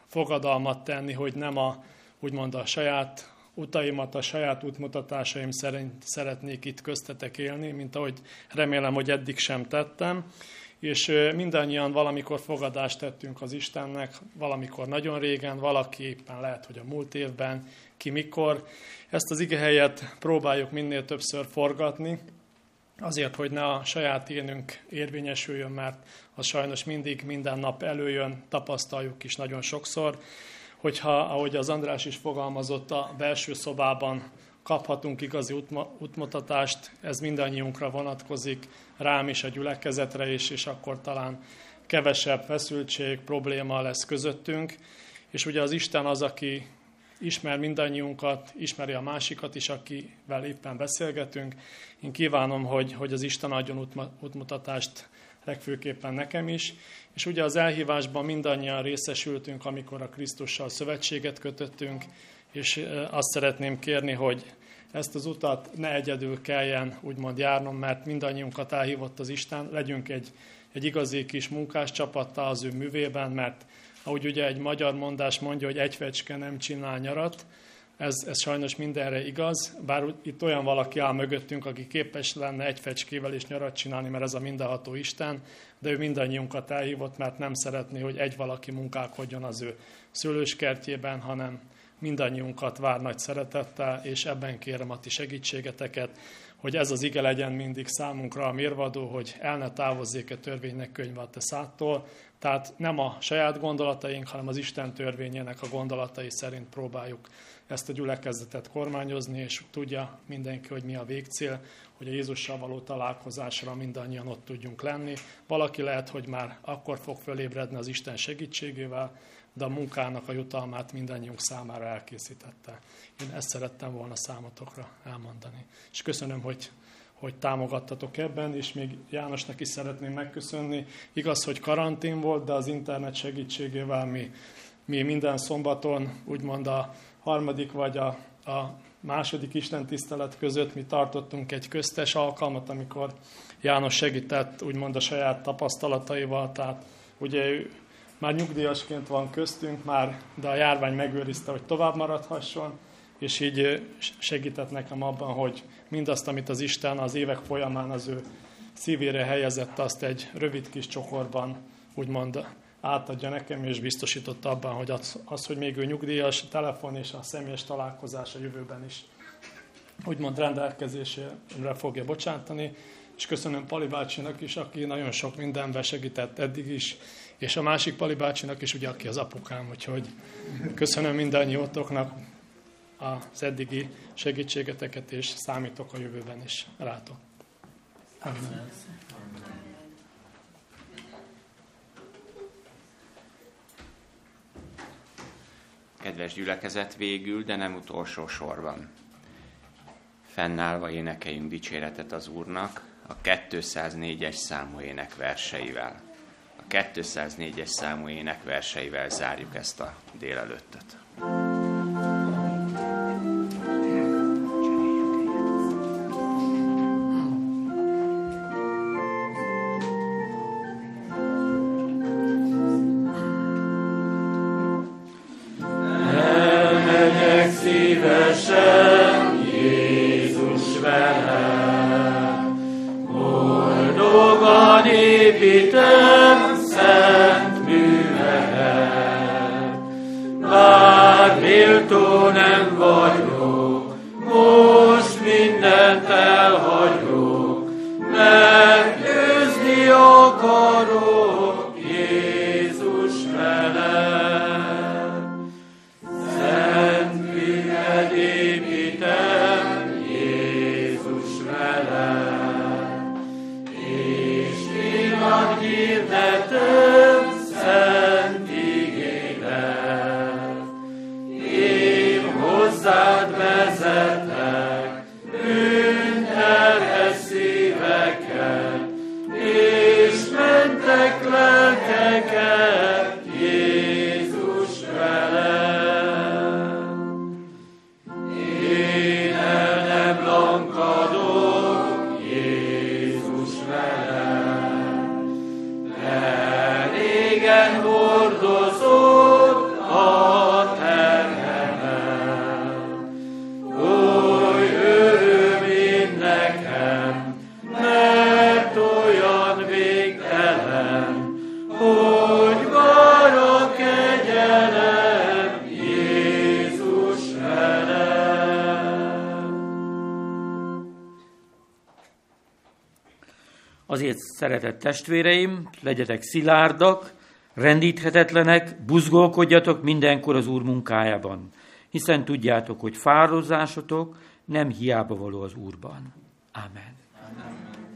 fogadalmat tenni, hogy nem úgymond a saját utaimat, a saját útmutatásaim szerint szeretnék itt köztetek élni, mint ahogy remélem, hogy eddig sem tettem. És mindannyian valamikor fogadást tettünk az Istennek, valamikor nagyon régen, valaki éppen lehet, hogy a múlt évben, ki mikor. Ezt az igehelyet próbáljuk minél többször forgatni, azért, hogy ne a saját énünk érvényesüljön, mert az sajnos mindig, minden nap előjön, tapasztaljuk is nagyon sokszor, hogyha, ahogy az András is fogalmazott, a belső szobában kaphatunk igazi útmutatást, ez mindannyiunkra vonatkozik, rám is, a gyülekezetre is, és akkor talán kevesebb feszültség, probléma lesz közöttünk. És ugye az Isten az, aki ismer mindannyiunkat, ismeri a másikat is, akivel éppen beszélgetünk. Én kívánom, hogy az Isten adjon útmutatást legfőképpen nekem is. És ugye az elhívásban mindannyian részesültünk, amikor a Krisztussal szövetséget kötöttünk, és azt szeretném kérni, hogy ezt az utat ne egyedül kelljen úgymond járnom, mert mindannyiunkat elhívott az Isten, legyünk egy igazi kis munkáscsapattal az ő művében, mert ahogy ugye egy magyar mondás mondja, hogy egy fecske nem csinál nyarat, ez sajnos mindenre igaz, bár itt olyan valaki áll mögöttünk, aki képes lenne egy fecskével is nyarat csinálni, mert ez a mindenható Isten, de ő mindannyiunkat elhívott, mert nem szeretné, hogy egy valaki munkálkodjon az ő szőlőskertjében, hanem mindannyiunkat vár nagy szeretettel, és ebben kérem a ti segítségeteket, hogy ez az ige legyen mindig számunkra a mérvadó, hogy el ne távozzék a törvénynek könyve a te szádtól. Tehát nem a saját gondolataink, hanem az Isten törvényének a gondolatai szerint próbáljuk ezt a gyülekezetet kormányozni, és tudja mindenki, hogy mi a végcél, hogy a Jézussal való találkozásra mindannyian ott tudjunk lenni. Valaki lehet, hogy már akkor fog fölébredni az Isten segítségével, de a munkának a jutalmát mindannyiunk számára elkészítette. Én ezt szerettem volna számotokra elmondani. És köszönöm, hogy támogattatok ebben, és még Jánosnak is szeretném megköszönni. Igaz, hogy karantén volt, de az internet segítségével mi minden szombaton, úgymond a harmadik vagy a második istentisztelet között mi tartottunk egy köztes alkalmat, amikor János segített úgymond a saját tapasztalataival, tehát ugye ő már nyugdíjasként van köztünk, de a járvány megőrizte, hogy tovább maradhasson, és így segített nekem abban, hogy mindazt, amit az Isten az évek folyamán az ő szívére helyezett, azt egy rövid kis csokorban úgymond átadja nekem, és biztosította abban, hogy hogy még ő nyugdíjas, telefon és a személyes találkozás a jövőben is úgymond rendelkezésre fogja bocsátani. És köszönöm Pali bácsinak is, aki nagyon sok mindenben segített eddig is, és a másik Pali bácsinak is, ugye, aki az apukám, úgyhogy köszönöm mindannyiótoknak az eddigi segítségeteket, és számítok a jövőben is rátok. Amen. Kedves gyülekezet, végül, de nem utolsó sorban. Fennállva énekeljünk dicséretet az Úrnak a 204-es számú énekverseivel. A 204-es számú énekverseivel zárjuk ezt a délelőttöt. Szívesen Jézus velem, boldogan építem szent művelet. Azért, szeretett testvéreim, legyetek szilárdak, rendíthetetlenek, buzgolkodjatok mindenkor az Úr munkájában, hiszen tudjátok, hogy fáradozásotok nem hiába való az Úrban. Amen. Amen.